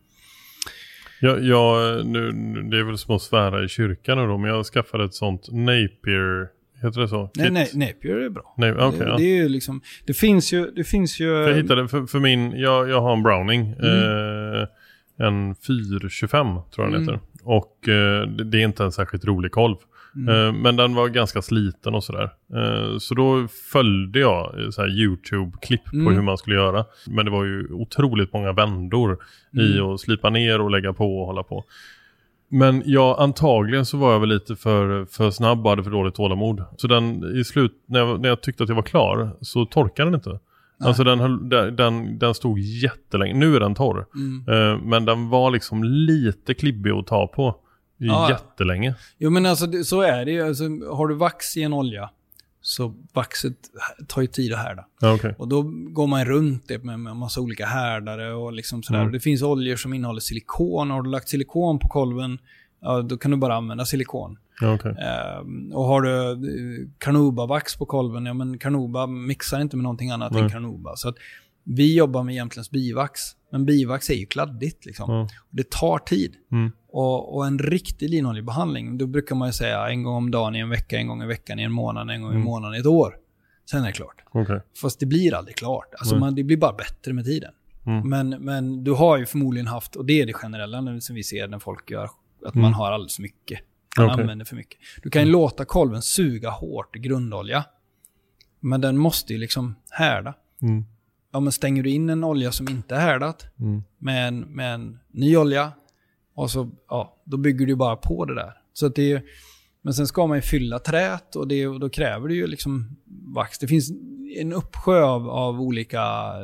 Ja, ja nu, det är väl som att svära i kyrkan nu då, men jag skaffade ett sånt Napier. Heter det så? Nej, nej, Napier är bra. Nej, okay, det, ja. det är ju liksom, det finns ju, det finns ju... Jag hittade för, för min, jag, jag har en Browning, mm. eh, en fyra tjugofem tror jag den mm. heter. Och eh, det, det är inte en särskilt rolig kolv. Mm. Eh, men den var ganska sliten och sådär. Eh, så då följde jag så här YouTube-klipp mm. på hur man skulle göra. Men det var ju otroligt många vändor mm. i att slipa ner och lägga på och hålla på. Men ja, antagligen så var jag väl lite för, för snabb och hade för dåligt tålamod. Så den i slut, när jag, när jag tyckte att jag var klar, så torkade den inte. Nej. Alltså den, höll, den, den stod jättelänge. Nu är den torr. Mm. Uh, men den var liksom lite klibbig att ta på ja. jättelänge. Jo men alltså så är det ju. Alltså, har du vax i en olja så vaxet tar ju tid att härda. Ja, okay. Och då går man runt det med, med en massa olika härdare och liksom sådär. Mm. Och det finns oljor som innehåller silikon. Har du lagt silikon på kolven, ja, då kan du bara använda silikon. Ja, okay. ehm, och har du uh, Carnauba-vax på kolven, ja men Carnauba mixar inte med någonting annat mm. än Carnauba. Så att vi jobbar med Jämtlands bivax. Men bivax är ju kladdigt liksom. Mm. Och det tar tid. Mm. Och, och en riktig linoljebehandling, då brukar man ju säga en gång om dagen, i en vecka, en gång i veckan, i en månad, en gång i månaden, i ett år. Sen är det klart. Okay. Fast det blir aldrig klart. Alltså man, det blir bara bättre med tiden. Mm. Men, men du har ju förmodligen haft, och det är det generella nu som vi ser när folk gör, att mm. man har alldeles mycket. Man okay. använder för mycket. Du kan ju mm. låta kolven suga hårt i grundolja. Men den måste ju liksom härda. Mm. Ja, men stänger du in en olja som inte är härdat mm. med, en, med en ny olja, och så, ja, då bygger du bara på det där. Så att det är, men sen ska man ju fylla trät och, det, och då kräver det ju liksom vax. Det finns en uppsjö av, av olika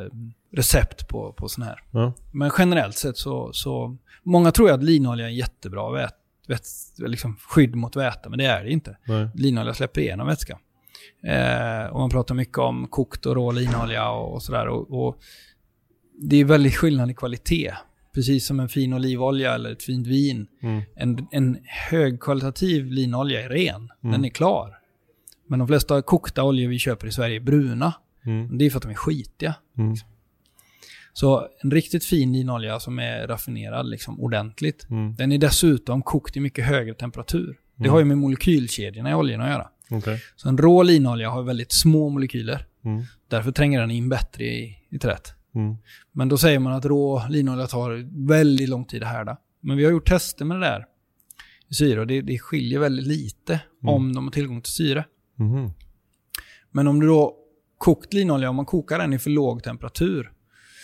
recept på, på sån här. Ja. Men generellt sett så, så många tror ju att linolja är jättebra vät, vät, liksom skydd mot väte, men det är det inte. Nej. Linolja släpper igenom vätska. Eh, och man pratar mycket om kokt och rå linolja och, och sådär. Och, och det är väldigt skillnad i kvalitet. Precis som en fin olivolja eller ett fint vin. Mm. En, en högkvalitativ linolja är ren. Mm. Den är klar. Men de flesta kokta oljor vi köper i Sverige är bruna. Mm. Det är för att de är skitiga. Mm. Så en riktigt fin linolja som är raffinerad liksom ordentligt. Mm. Den är dessutom kokt i mycket högre temperatur. Mm. Det har ju med molekylkedjorna i oljan att göra. Okay. Så en rå linolja har väldigt små molekyler. Mm. Därför tränger den in bättre i, i trätt. Mm. Men då säger man att rå linolja tar väldigt lång tid att härda. Men vi har gjort tester med det där i syre och det, det skiljer väldigt lite mm. om de har tillgång till syre. Mm. Men om du då kokt linolja, om man kokar den i för låg temperatur,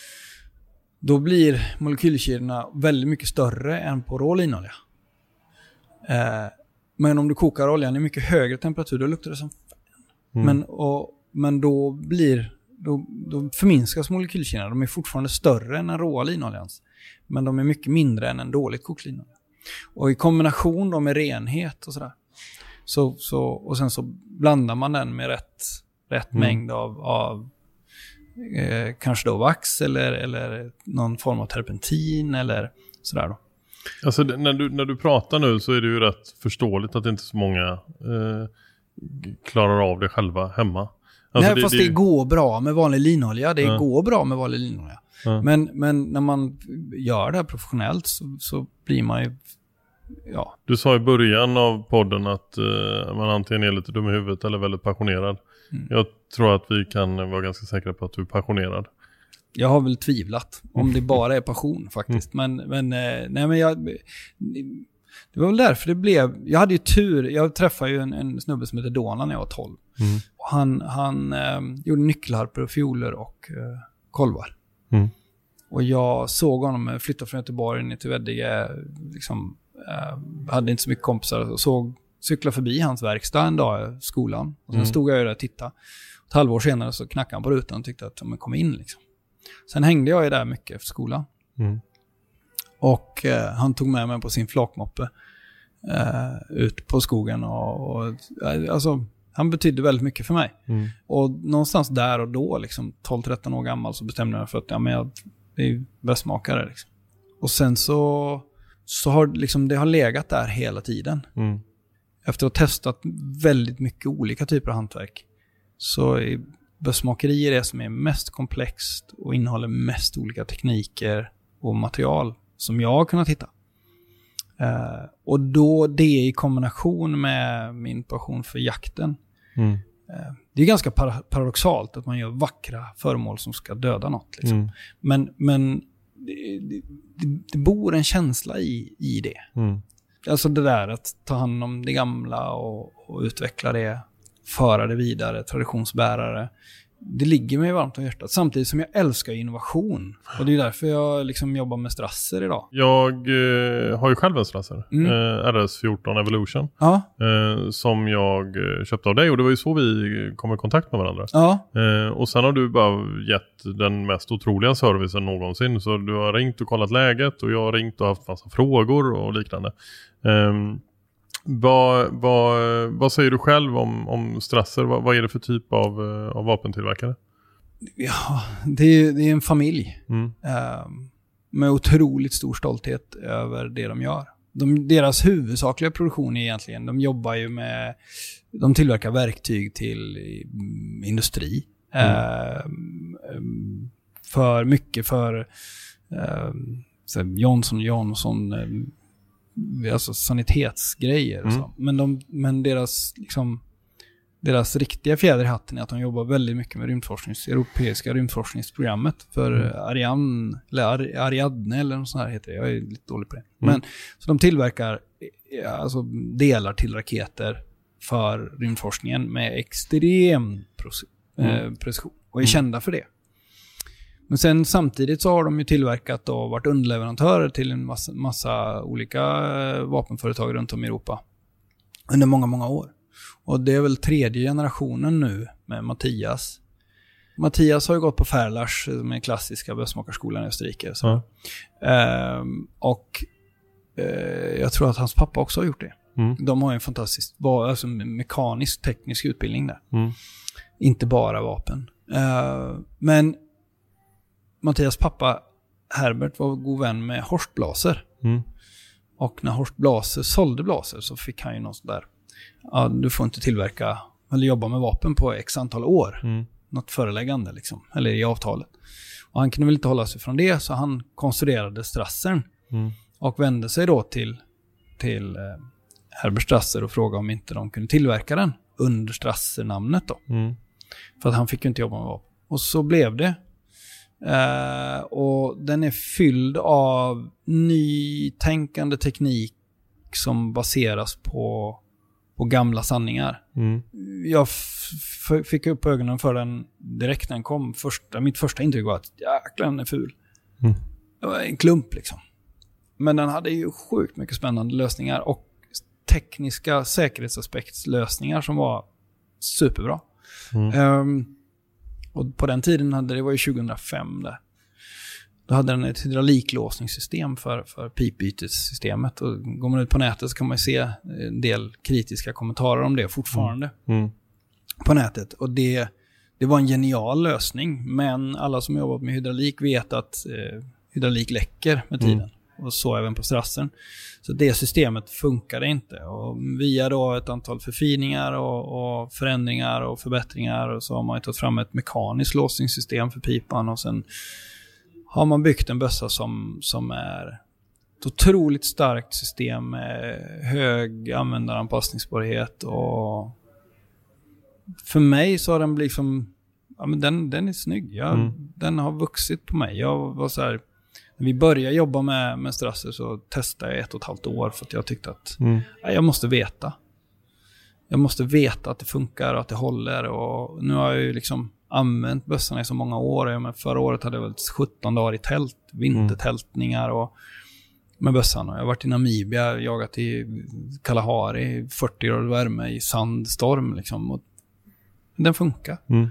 då blir molekylkedjorna väldigt mycket större än på rå linolja. Eh, men om du kokar oljan i mycket högre temperatur, då luktar det som mm. men, och, men då blir då, då förminskas molekylkedjorna. De är fortfarande större än en råa linoljans, men de är mycket mindre än en dåligt kokt linolja. Och i kombination då med renhet och sådär, så, så, och sen så blandar man den med rätt, rätt mm. mängd av, av eh, kanske då vax eller, eller någon form av terpentin eller sådär då. Alltså när du, när du pratar nu så är det ju rätt förståeligt att inte så många eh, klarar av det själva hemma. Alltså Nej, det, fast det, det går bra med vanlig linolja. Det ja. går bra med vanlig linolja. Ja. Men, men när man gör det här professionellt så, så blir man ju... Ja. Du sa i början av podden att uh, man antingen är lite dum i huvudet eller väldigt passionerad. Mm. Jag tror att vi kan vara ganska säkra på att du är passionerad. Jag har väl tvivlat om det bara är passion faktiskt. Mm. Men, men, nej, men jag... Det var väl därför det blev... Jag hade ju tur. Jag träffade ju en, en snubbe som heter Dona när jag var tolv. Mm. Och han han eh, gjorde nyckelharpor och fioler och eh, kolvar. Mm. Och jag såg honom flytta från Göteborg ner till Veddige. Liksom, eh, hade inte så mycket kompisar. Och såg cykla förbi hans verkstad en dag i skolan. Och sen mm. stod jag där och tittade. Ett halvår senare så knackade han på rutan och tyckte att de kom in. Liksom. Sen hängde jag ju där mycket efter skolan. Mm. Och eh, han tog med mig på sin flakmoppe eh, ut på skogen. Och, och eh, alltså, han betydde väldigt mycket för mig. Mm. Och någonstans där och då, liksom, tolv tretton år gammal, så bestämde jag för att ja, men jag är ju bästmakare. Liksom. Och sen så, så har liksom, det har legat där hela tiden. Mm. Efter att ha testat väldigt mycket olika typer av hantverk, så är bästmakeri det som är mest komplext och innehåller mest olika tekniker och material som jag har kunnat hitta. Uh, och då det i kombination med min passion för jakten. Mm. Uh, det är ganska par- paradoxalt att man gör vackra föremål som ska döda något. Liksom. Mm. Men, men det, det, det bor en känsla i, i det. Mm. Alltså det där att ta hand om det gamla och, och utveckla det, föra det vidare, traditionsbärare. Det ligger mig varmt om hjärtat. Samtidigt som jag älskar innovation. Och det är därför jag liksom jobbar med Strasser idag. Jag eh, har ju själv en Strasser. Mm. Eh, R S fjorton Evolution. Ja. Eh, som jag köpte av dig. Och det var ju så vi kom i kontakt med varandra. Ja. Eh, och sen har du bara gett den mest otroliga servicen någonsin. Så du har ringt och kollat läget. Och jag har ringt och haft massa frågor och liknande. Eh, Vad, vad, vad säger du själv om, om Strasser? Vad, vad är det för typ av, av vapentillverkare? Ja, det är, det är en familj mm. eh, med otroligt stor stolthet över det de gör. De, deras huvudsakliga produktion är egentligen, de jobbar ju med, de tillverkar verktyg till industri. Mm. Eh, för mycket för eh, så Johnson Johnson, eh, alltså sanitetsgrejer och så. Mm. Men, de, men deras, liksom, deras riktiga fjäder i hatten är att de jobbar väldigt mycket med rymdforsknings, europeiska rymdforskningsprogrammet för mm. Ariane, eller Ar- Ariadne eller något sånt här heter det. Jag är lite dålig på det. Mm. Men, så de tillverkar alltså, delar till raketer för rymdforskningen med extrem mm. eh, precision och är mm. kända för det. Men sen samtidigt så har de ju tillverkat och varit underleverantörer till en massa, massa olika vapenföretag runt om i Europa under många, många år. Och det är väl tredje generationen nu med Mattias Mattias har ju gått på Färlars med klassiska bössmakarskolan i Österrike. Så. Ja. Ehm, och eh, jag tror att hans pappa också har gjort det. Mm. De har ju en fantastisk alltså, mekanisk, teknisk utbildning där. Mm. Inte bara vapen. Ehm, men Mattias pappa Herbert var god vän med Horst Blaser. Mm. Och när Horst Blaser sålde Blaser så fick han ju något där. Ja, du får inte tillverka eller jobba med vapen på x antal år. Mm. Något föreläggande liksom, eller i avtalet. Och han kunde väl inte hålla sig från det, så han konstruerade Strassern. Mm. Och vände sig då till, till eh, Herbert Strasser och frågade om inte de kunde tillverka den under Strasser-namnet då. Mm. För att han fick ju inte jobba med vapen. Och så blev det. Uh, och den är fylld av nytänkande teknik som baseras på, på gamla sanningar. Mm. Jag f- fick upp ögonen för den direkt när den kom. Första, mitt första intryck var att jäklar, den är ful. Mm. Det var en klump liksom. Men den hade ju sjukt mycket spännande lösningar och tekniska säkerhetsaspektslösningar som var superbra. Mm. Um, Och på den tiden hade det var ju tjugohundrafem där. Då hade den ett hydrauliklåsningssystem för, för pipbytessystemet. Och går man ut på nätet så kan man se en del kritiska kommentarer om det fortfarande. Mm. Mm. På nätet. Och det, det var en genial lösning. Men alla som jobbat med hydraulik vet att eh, hydraulik läcker med tiden. Mm. Och så även på Strassern. Så det systemet funkade inte. Och via då ett antal förfiningar och, och förändringar och förbättringar och så har man tagit fram ett mekaniskt låsningssystem för pipan. Och sen har man byggt en bössa som, som är ett otroligt starkt system med hög användaranpassningsbarhet. Och för mig så har den blivit som... Ja, men den, den är snygg. Jag, mm. Den har vuxit på mig. Jag var så här... När vi började jobba med, med Strasser så testade jag ett och ett halvt år för att jag tyckte att mm. ja, jag måste veta. Jag måste veta att det funkar och att det håller. Och nu har jag ju liksom använt bössorna i så många år. Men förra året hade jag väl sjutton dagar i tält, vintertältningar och med bössan. Jag har varit i Namibia, jagat i Kalahari, fyrtio grader värme i sandstorm liksom. Och den funkar. Mm.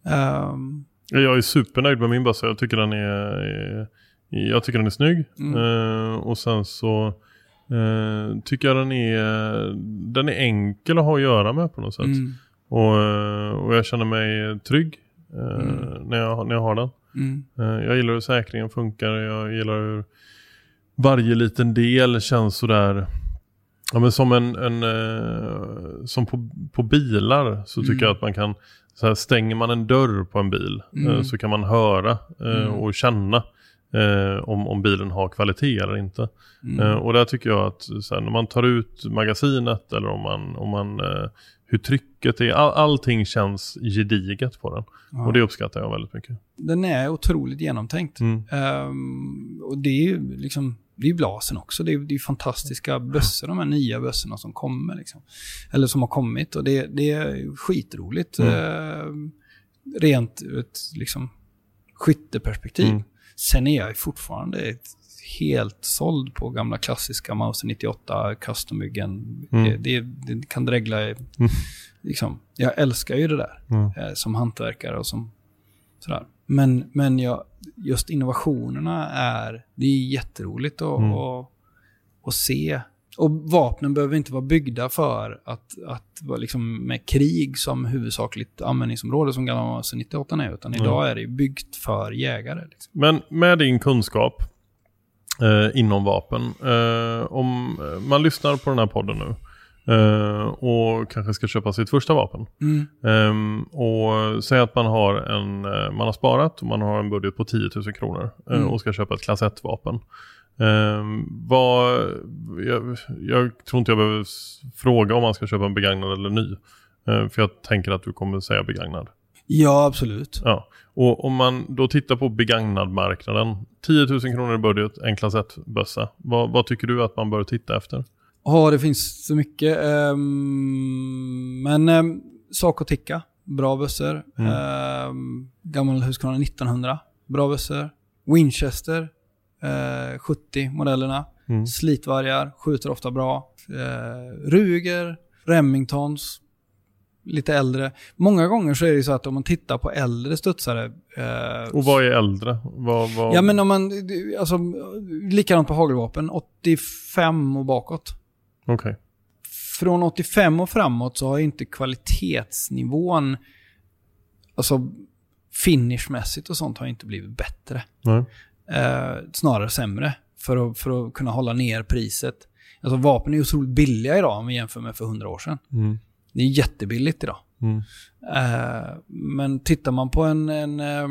Um, jag är supernöjd med min bössa. Jag tycker den är... är... Jag tycker den är snygg. Mm. Uh, och sen så uh, tycker jag den är den är enkel att ha att göra med på något sätt. Mm. Och, uh, och jag känner mig trygg uh, mm. när, jag, när jag har den. Mm. Uh, jag gillar hur säkringen funkar. Jag gillar hur varje liten del känns så där. Ja, men som en, en uh, som på, på bilar så tycker mm. jag att man kan så här, stänger man en dörr på en bil mm. uh, så kan man höra uh, mm. och känna Eh, om, om bilen har kvalitet eller inte. Mm. Eh, och där tycker jag att så här, när man tar ut magasinet eller om man, om man eh, hur trycket är, all, allting känns gediget på den. Ja. Och det uppskattar jag väldigt mycket. Den är otroligt genomtänkt. Mm. Um, och det är ju liksom, det är blasen också. Det är, det är fantastiska bössor, de här nya bössorna som kommer liksom. Eller som har kommit. Och det, det är skitroligt. Mm. Uh, rent ett liksom skytteperspektiv. Mm. Sen är jag fortfarande helt såld på gamla klassiska Mauser nittioåtta custombyggen. Mm. Det, det, det kan dregla mm. liksom. Jag älskar ju det där mm. eh, som hantverkare och som sådär. Men, men jag, just innovationerna är det är jätteroligt att, mm. att, att se. Och vapnen behöver inte vara byggda för att, att vara liksom med krig som huvudsakligt användningsområde som gamla Mauser nittioåtta är, utan idag mm. är det byggt för jägare. Liksom. Men med din kunskap eh, inom vapen, eh, om man lyssnar på den här podden nu eh, och kanske ska köpa sitt första vapen mm. eh, och säga att man har en man har sparat och man har en budget på tio tusen kronor eh, mm. och ska köpa ett klass ett-vapen. Um, vad, jag, jag tror inte jag behöver fråga om man ska köpa en begagnad eller ny. Uh, för jag tänker att du kommer säga begagnad. Ja, absolut. Ja. Och om man då tittar på begagnadmarknaden, tio tusen kronor i budget, en klass ett-bössa. Vad, vad tycker du att man bör titta efter? Ja, det finns så mycket. Um, men um, sak och ticka. Bra bössor. Mm. Um, gammal Husqvarna nittonhundra. Bra bössor. Winchester. Uh, sjuttio modellerna. Mm. Slitvargar. Skjuter ofta bra. Uh, Ruger. Remingtons. lite äldre. Många gånger så är det så att om man tittar på äldre studsare. Eh, och vad är äldre? Vad, vad... Ja, men om man, alltså likadant på hagelvapen, åttiofem och bakåt. Okej. Okay. Från åttiofem och framåt så har inte kvalitetsnivån, alltså finishmässigt och sånt, har inte blivit bättre. Nej. Eh, snarare sämre för att, för att kunna hålla ner priset. Alltså vapen är ju otroligt billiga idag om vi jämför med för hundra år sedan. Mm. Det är jättebilligt idag. Mm. Eh, men tittar man på en, en eh,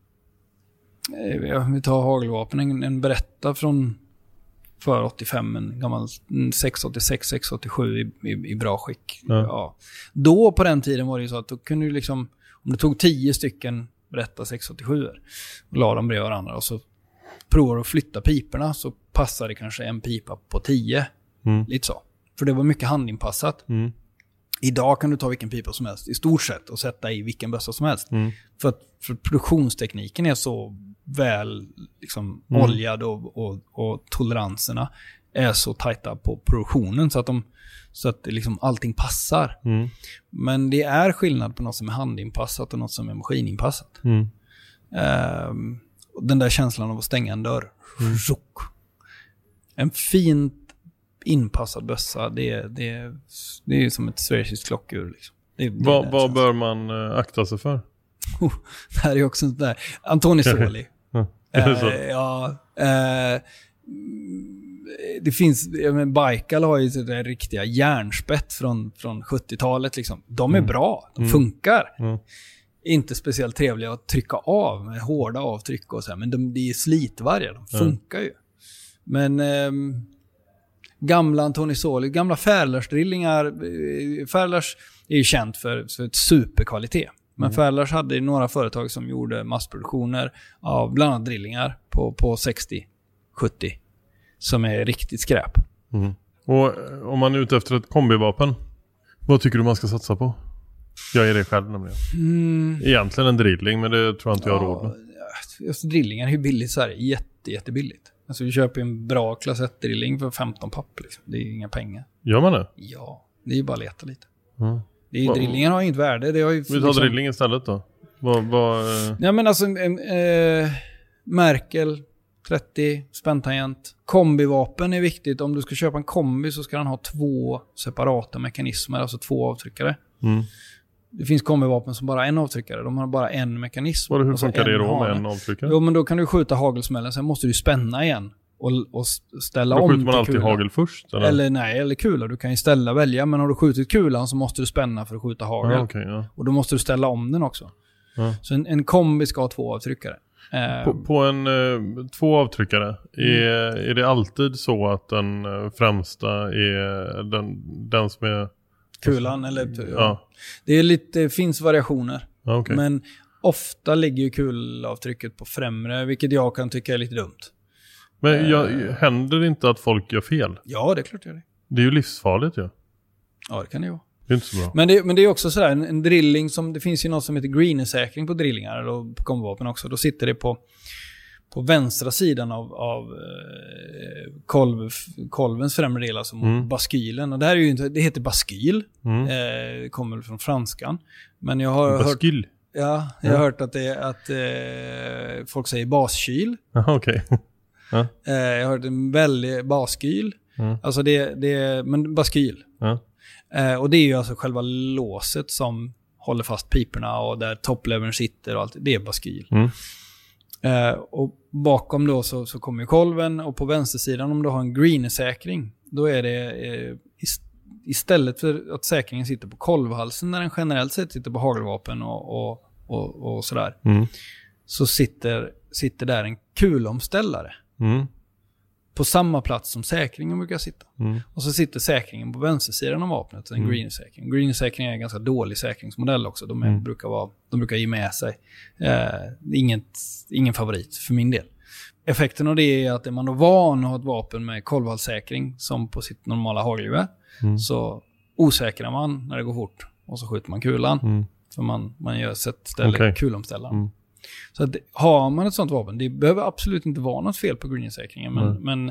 vi tar hagelvapen, en, en berätta från för åttiofem, en gammal sex åttiosex sex åttiosju i, i, i bra skick. Ja. Ja. Då på den tiden var det ju så att då kunde du liksom, om du tog tio stycken berätta sex åttiosju och la dem bredvid varandra och så provar att flytta piperna, så passar det kanske en pipa på tio. Mm. Lite så. För det var mycket handinpassat. Mm. Idag kan du ta vilken pipa som helst i stort sett och sätta i vilken bössa som helst. Mm. För att för produktionstekniken är så väl liksom Mm. oljad och, och, och toleranserna är så tajta på produktionen så att, de, så att det liksom allting passar. Mm. Men det är skillnad på något som är handinpassat och något som är maskininpassat. Mm. Um, den där känslan av att stänga en dörr. Mm. En fint inpassad bössa, det, det, det är ju som ett schweiziskt klockur. Liksom. Det, det vad vad bör man uh, akta sig för? Oh, det här är också sånt där. Antoni Soli. Ja, uh, ja, uh, det finns, men Baikal har ju det där riktiga järnspett från, från sjuttiotalet. Liksom. De är Mm. bra, de Mm. funkar. Mm. Inte speciellt trevliga att trycka av med hårda avtryck och så här, men de, de är slitvargar, de funkar mm. ju. Men um, gamla Antoni Soli, gamla Färlers-drillingar, Färlers är ju känt för, för ett superkvalitet. Men mm. Färlers hade några företag som gjorde massproduktioner av bland annat drillingar på, på sextio sjuttio som är riktigt skräp. Mm. Och om man är ute efter ett kombivapen, vad tycker du man ska satsa på? Jag är det själv nämligen. Mm. Egentligen en drilling, men det tror jag inte jag har råd med. Alltså, drillingar är ju billigt så här, jätte, jättebilligt. Alltså vi köper en bra klass ett-drilling för femton papp liksom. Det är ju inga pengar. Gör man det? Ja, det är ju bara att leta lite. Mm. Det är ju, drillingen har ju inget värde. Det har ju, vi tar liksom... drilling istället då. Vad, vad, eh... Ja, men alltså eh, Merkel trettio späntangent. Kombivapen är viktigt. Om du ska köpa en kombi så ska den ha två separata mekanismer, alltså två avtryckare. Mm. Det finns kombivapen som bara har en avtryckare. De har bara en mekanism. Och hur funkar det då med en avtryckare? Jo, men då kan du skjuta hagelsmällen. Sen måste du spänna igen. Och, och ställa då om till skjuter man alltid kulan. Hagel först? Eller? eller nej, eller kula. Du kan ju ställa välja. Men har du skjutit kulan så måste du spänna för att skjuta hagel. Ah, okay, ja. Och då måste du ställa om den också. Ja. Så en, en kombi ska ha två avtryckare. På, på en eh, två avtryckare, mm. är, är det alltid så att den eh, främsta är den, den som är... Kulan eller... Ja. Ja. Det, är lite, det finns variationer. Ja, okay. Men ofta ligger ju kulavtrycket på främre, vilket jag kan tycka är lite dumt. Men jag, händer det inte att folk gör fel? Ja, det är klart det är det. Det är ju livsfarligt, ja. Ja, det kan det ju vara. Det är inte så bra. Men det, men det är också sådär, en, en drilling som, det finns ju något som heter greener-säkring på drillingar och på kombovapen också. Då sitter det på, på vänstra sidan av, av eh, kolv, kolvens främre del, alltså mot Mm. baskylen. Och det här är ju inte, det heter baskyl, Mm. eh, kommer från franskan. Men jag har Baskyl? hört, ja, jag har Ja. hört att, det, att eh, folk säger baskyl. Jaha, okej. Okay. Ja. Eh, jag har hört en väldig baskyl. Mm. Alltså det, det, men baskyl. Ja. Eh, och det är ju alltså själva låset som håller fast piperna och där topplevern sitter och allt. Det är baskyl. Mm. Eh, och bakom då så, så kommer ju kolven, och på vänstersidan om du har en greener-säkring, då är det eh, ist- istället för att säkringen sitter på kolvhalsen när den generellt sett sitter på hagelvapen och, och, och, och sådär, Mm. så sitter, sitter där en kulomställare Mm. på samma plats som säkringen brukar sitta. Mm. Och så sitter säkringen på vänstersidan av vapnet, en Mm. greener-säkring. Greener-säkring är en ganska dålig säkringsmodell också. De, är, Mm. brukar, vara, de brukar ge med sig. Eh, inget, ingen favorit för min del. Effekten av det är att är man då van att ha ett vapen med kolvhalssäkring som på sitt normala hagelgevär, Mm. så osäkrar man när det går fort och så skjuter man kulan. Mm. För man, man gör sätt ställer Okej. kulomställaren. Mm. Så att, har man ett sånt vapen, det behöver absolut inte vara något fel på greener-säkringen, men, Mm. men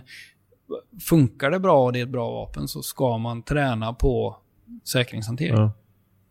funkar det bra och det är ett bra vapen, så ska man träna på säkringshantering. Ja.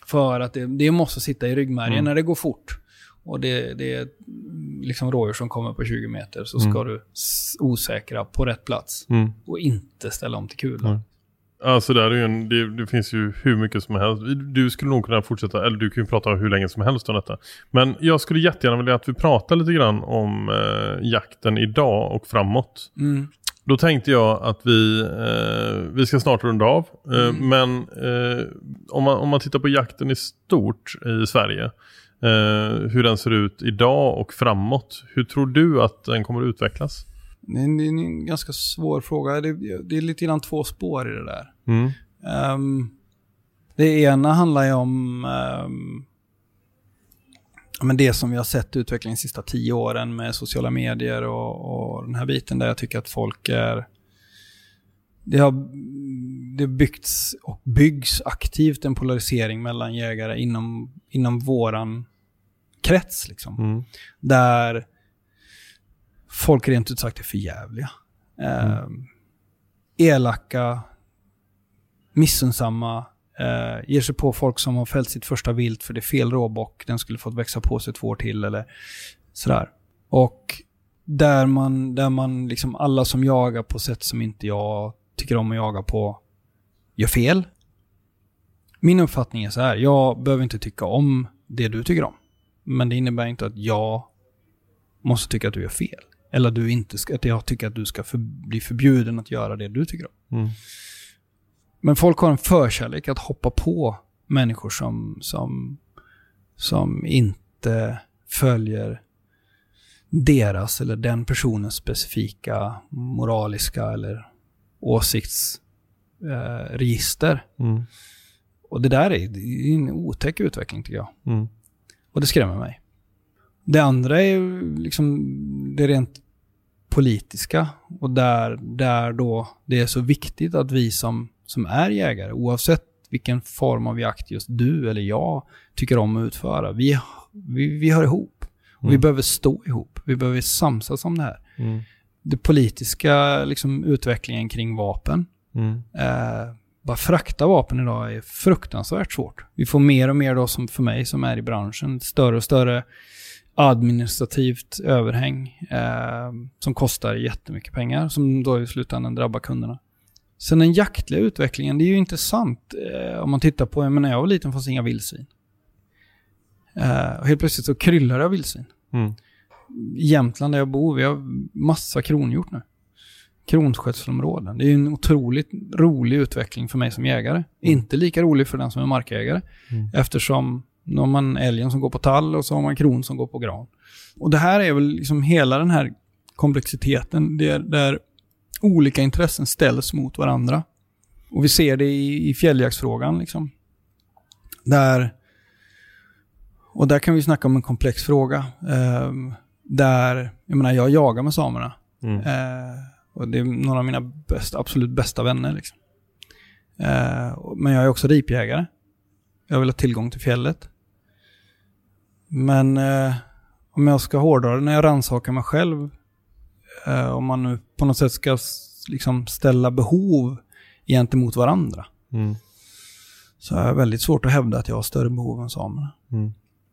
För att det, det måste sitta i ryggmärgen Mm. när det går fort. Och det, det är liksom rådjur som kommer på tjugo meter, så ska mm. du osäkra på rätt plats. Mm. Och inte ställa om till kulan. Mm. Alltså där är ju en, det, det finns ju hur mycket som helst. Du skulle nog kunna fortsätta, eller du kan ju prata hur länge som helst om detta. Men jag skulle jättegärna vilja att vi pratar lite grann om eh, jakten idag och framåt. Mm. Då tänkte jag att vi, eh, vi ska snart runda av. Eh, mm. Men eh, om, man, om man tittar på jakten i stort i Sverige, eh, hur den ser ut idag och framåt, hur tror du att den kommer att utvecklas? Det är en, det är en ganska svår fråga. Det, det är lite grann två spår i det där. Mm. Um, det ena handlar ju om um, men det som vi har sett utvecklingen de sista tio åren med sociala medier och, och den här biten där jag tycker att folk är... Det har det byggts och byggs aktivt en polarisering mellan jägare inom, inom våran krets. Liksom. Mm. Där folk rent ut sagt är för jävliga. Mm. Eh, elaka, missunnsamma, eh, ger sig på folk som har fällt sitt första vilt för det är fel råbock. Den skulle fått växa på sig två år till eller sådär. Och där man, där man liksom alla som jagar på sätt som inte jag tycker om att jaga på gör fel. Min uppfattning är så här. Jag behöver inte tycka om det du tycker om. Men det innebär inte att jag måste tycka att du gör fel. Eller du inte ska, att jag tycker att du ska för, bli förbjuden att göra det du tycker om. Mm. Men folk har en förkärlek att hoppa på människor som, som, som inte följer deras eller den personens specifika moraliska eller åsiktsregister. Eh, mm. Och det där är, det är en otäck utveckling tycker jag. Mm. Och det skrämmer mig. Det andra är ju liksom det rent politiska och där, där då det är så viktigt att vi som, som är jägare, oavsett vilken form av jakt just du eller jag tycker om att utföra, vi, vi, vi hör ihop. Och mm. vi behöver stå ihop. Vi behöver samsas om det här. Mm. Det politiska liksom, utvecklingen kring vapen. Mm. Eh, bara frakta vapen idag är fruktansvärt svårt. Vi får mer och mer då som för mig som är i branschen, större och större administrativt överhäng eh, som kostar jättemycket pengar som då i slutändan drabbar kunderna. Sen den jaktliga utvecklingen, det är ju intressant eh, om man tittar på, jag menar jag var liten fanns inga vildsvin. Eh, och helt plötsligt så kryllar jag vildsvin. Mm. I Jämtland där jag bor, vi har massa kronhjort nu. Kronskötselområden. Det är en otroligt rolig utveckling för mig som jägare. Mm. Inte lika rolig för den som är markägare. Mm. Eftersom nu har man älgen som går på tall och så har man kron som går på gran. Och det här är väl liksom hela den här komplexiteten där, där olika intressen ställs mot varandra. Och vi ser det i, i fjälljaktsfrågan liksom. Där, och där kan vi snacka om en komplex fråga. Eh, där, jag menar jag jagar med samerna. Mm. Eh, och det är några av mina bästa, absolut bästa vänner liksom. Eh, men jag är också ripjägare. Jag vill ha tillgång till fjället. Men eh, om jag ska hårdra det när jag rannsakar mig själv, eh, om man nu på något sätt ska liksom ställa behov gentemot varandra, mm. så är det väldigt svårt att hävda att jag har större behov än samerna. Mm.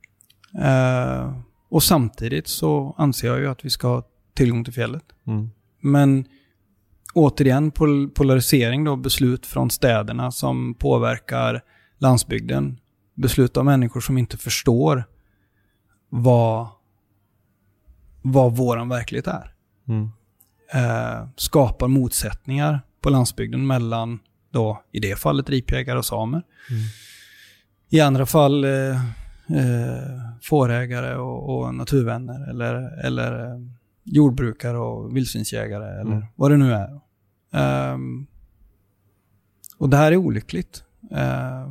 Eh, och samtidigt så anser jag ju att vi ska ha tillgång till fjället. Mm. Men återigen pol- polarisering då, beslut från städerna som påverkar landsbygden, beslut av människor som inte förstår vad, vad våran verklighet är. Mm. Eh, skapar motsättningar på landsbygden mellan då, i det fallet ripjägare och samer. Mm. I andra fall eh, eh, fårägare och, och naturvänner eller, eller eh, jordbrukare och vildsvinsjägare eller mm. vad det nu är. Eh, och det här är olyckligt. Eh,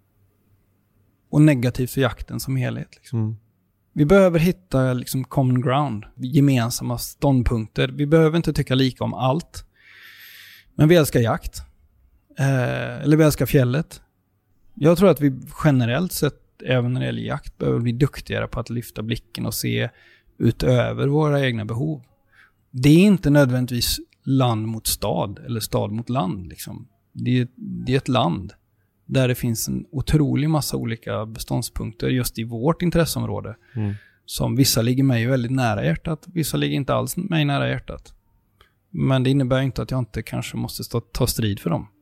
och negativt för jakten som helhet. Liksom. Mm. Vi behöver hitta liksom, common ground, gemensamma ståndpunkter. Vi behöver inte tycka lika om allt. Men vi älskar jakt. Eh, eller vi älskar fjället. Jag tror att vi generellt sett, även när det gäller jakt, behöver bli duktigare på att lyfta blicken och se utöver våra egna behov. Det är inte nödvändigtvis land mot stad eller stad mot land. Liksom. Det är, det är ett land. där det finns en otrolig massa olika beståndspunkter just i vårt intresseområde. Mm. Som vissa ligger mig väldigt nära hjärtat, vissa ligger inte alls mig nära hjärtat. Men det innebär inte att jag inte kanske måste stå, ta strid för dem.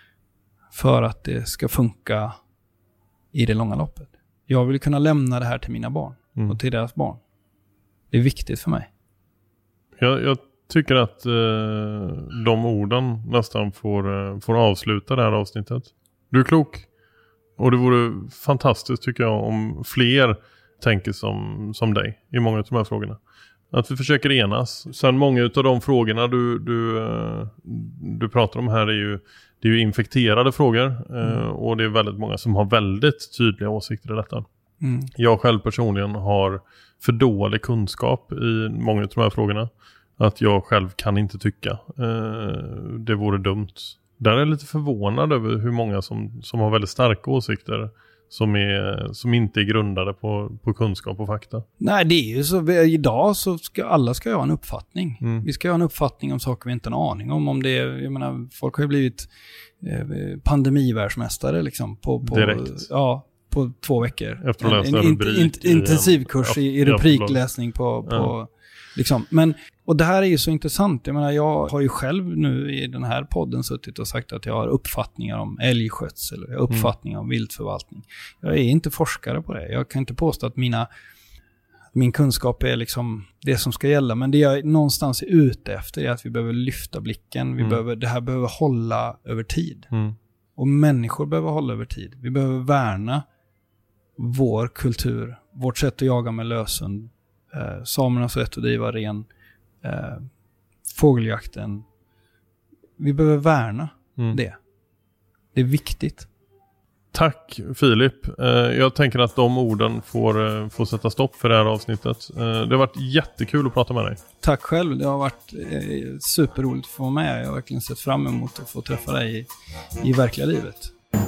För att det ska funka i det långa loppet. Jag vill kunna lämna det här till mina barn mm. och till deras barn. Det är viktigt för mig. Jag, jag tycker att eh, de orden nästan får, eh, får avsluta det här avsnittet. Du är klok. Och det vore fantastiskt tycker jag om fler tänker som, som dig i många av de här frågorna. Att vi försöker enas. Sen många av de frågorna du, du, eh, du pratar om här är ju, det är ju infekterade frågor. Eh, mm. Och det är väldigt många som har väldigt tydliga åsikter i detta. Mm. Jag själv personligen har för dålig kunskap i många av de här frågorna. Att jag själv kan inte tycka. Eh, det vore dumt. Där är jag lite förvånad över hur många som, som har väldigt starka åsikter som, är, som inte är grundade på, på kunskap och fakta. Nej, det är ju så. Idag så ska alla ska ha en uppfattning. Mm. Vi ska ha en uppfattning om saker vi inte har en aning om. om det är, jag menar, folk har ju blivit eh, pandemivärldsmästare liksom, på, på, direkt. Ja, på två veckor. Efter att läsa en in, in, intensivkurs i, i rubrikläsning på... på ja. Liksom. Men, och det här är ju så intressant. Jag menar, jag har ju själv nu i den här podden suttit och sagt att jag har uppfattningar om älgskötsel och jag har uppfattningar mm. om viltförvaltning. Jag är inte forskare på det. Jag kan inte påstå att mina, min kunskap är liksom det som ska gälla. Men det jag någonstans är ute efter är att vi behöver lyfta blicken. Vi mm. behöver, det här behöver hålla över tid. Mm. Och människor behöver hålla över tid. Vi behöver värna vår kultur, vårt sätt att jaga med lösen. Eh, samernas rätt att driva ren, eh, fågeljakten. Vi behöver värna mm. det. Det är viktigt. Tack Filip. Eh, jag tänker att de orden får, eh, får sätta stopp för det här avsnittet. Eh, det har varit jättekul att prata med dig. Tack själv. Det har varit eh, superroligt att få vara med. Jag har verkligen sett fram emot att få träffa dig i, i verkliga livet.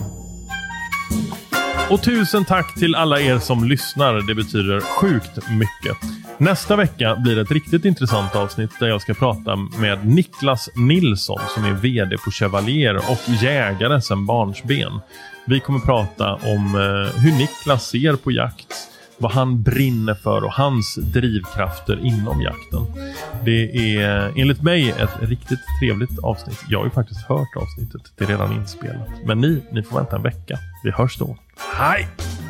Och tusen tack till alla er som lyssnar. Det betyder sjukt mycket. Nästa vecka blir det ett riktigt intressant avsnitt där jag ska prata med Niklas Nilsson som är vd på Chevalier och jägare sedan barnsben. Vi kommer prata om eh, hur Niklas ser på jakt, vad han brinner för och hans drivkrafter inom jakten. Det är enligt mig ett riktigt trevligt avsnitt. Jag har ju faktiskt hört avsnittet, det är redan inspelat. Men ni, ni får vänta en vecka. Vi hörs då. Hej!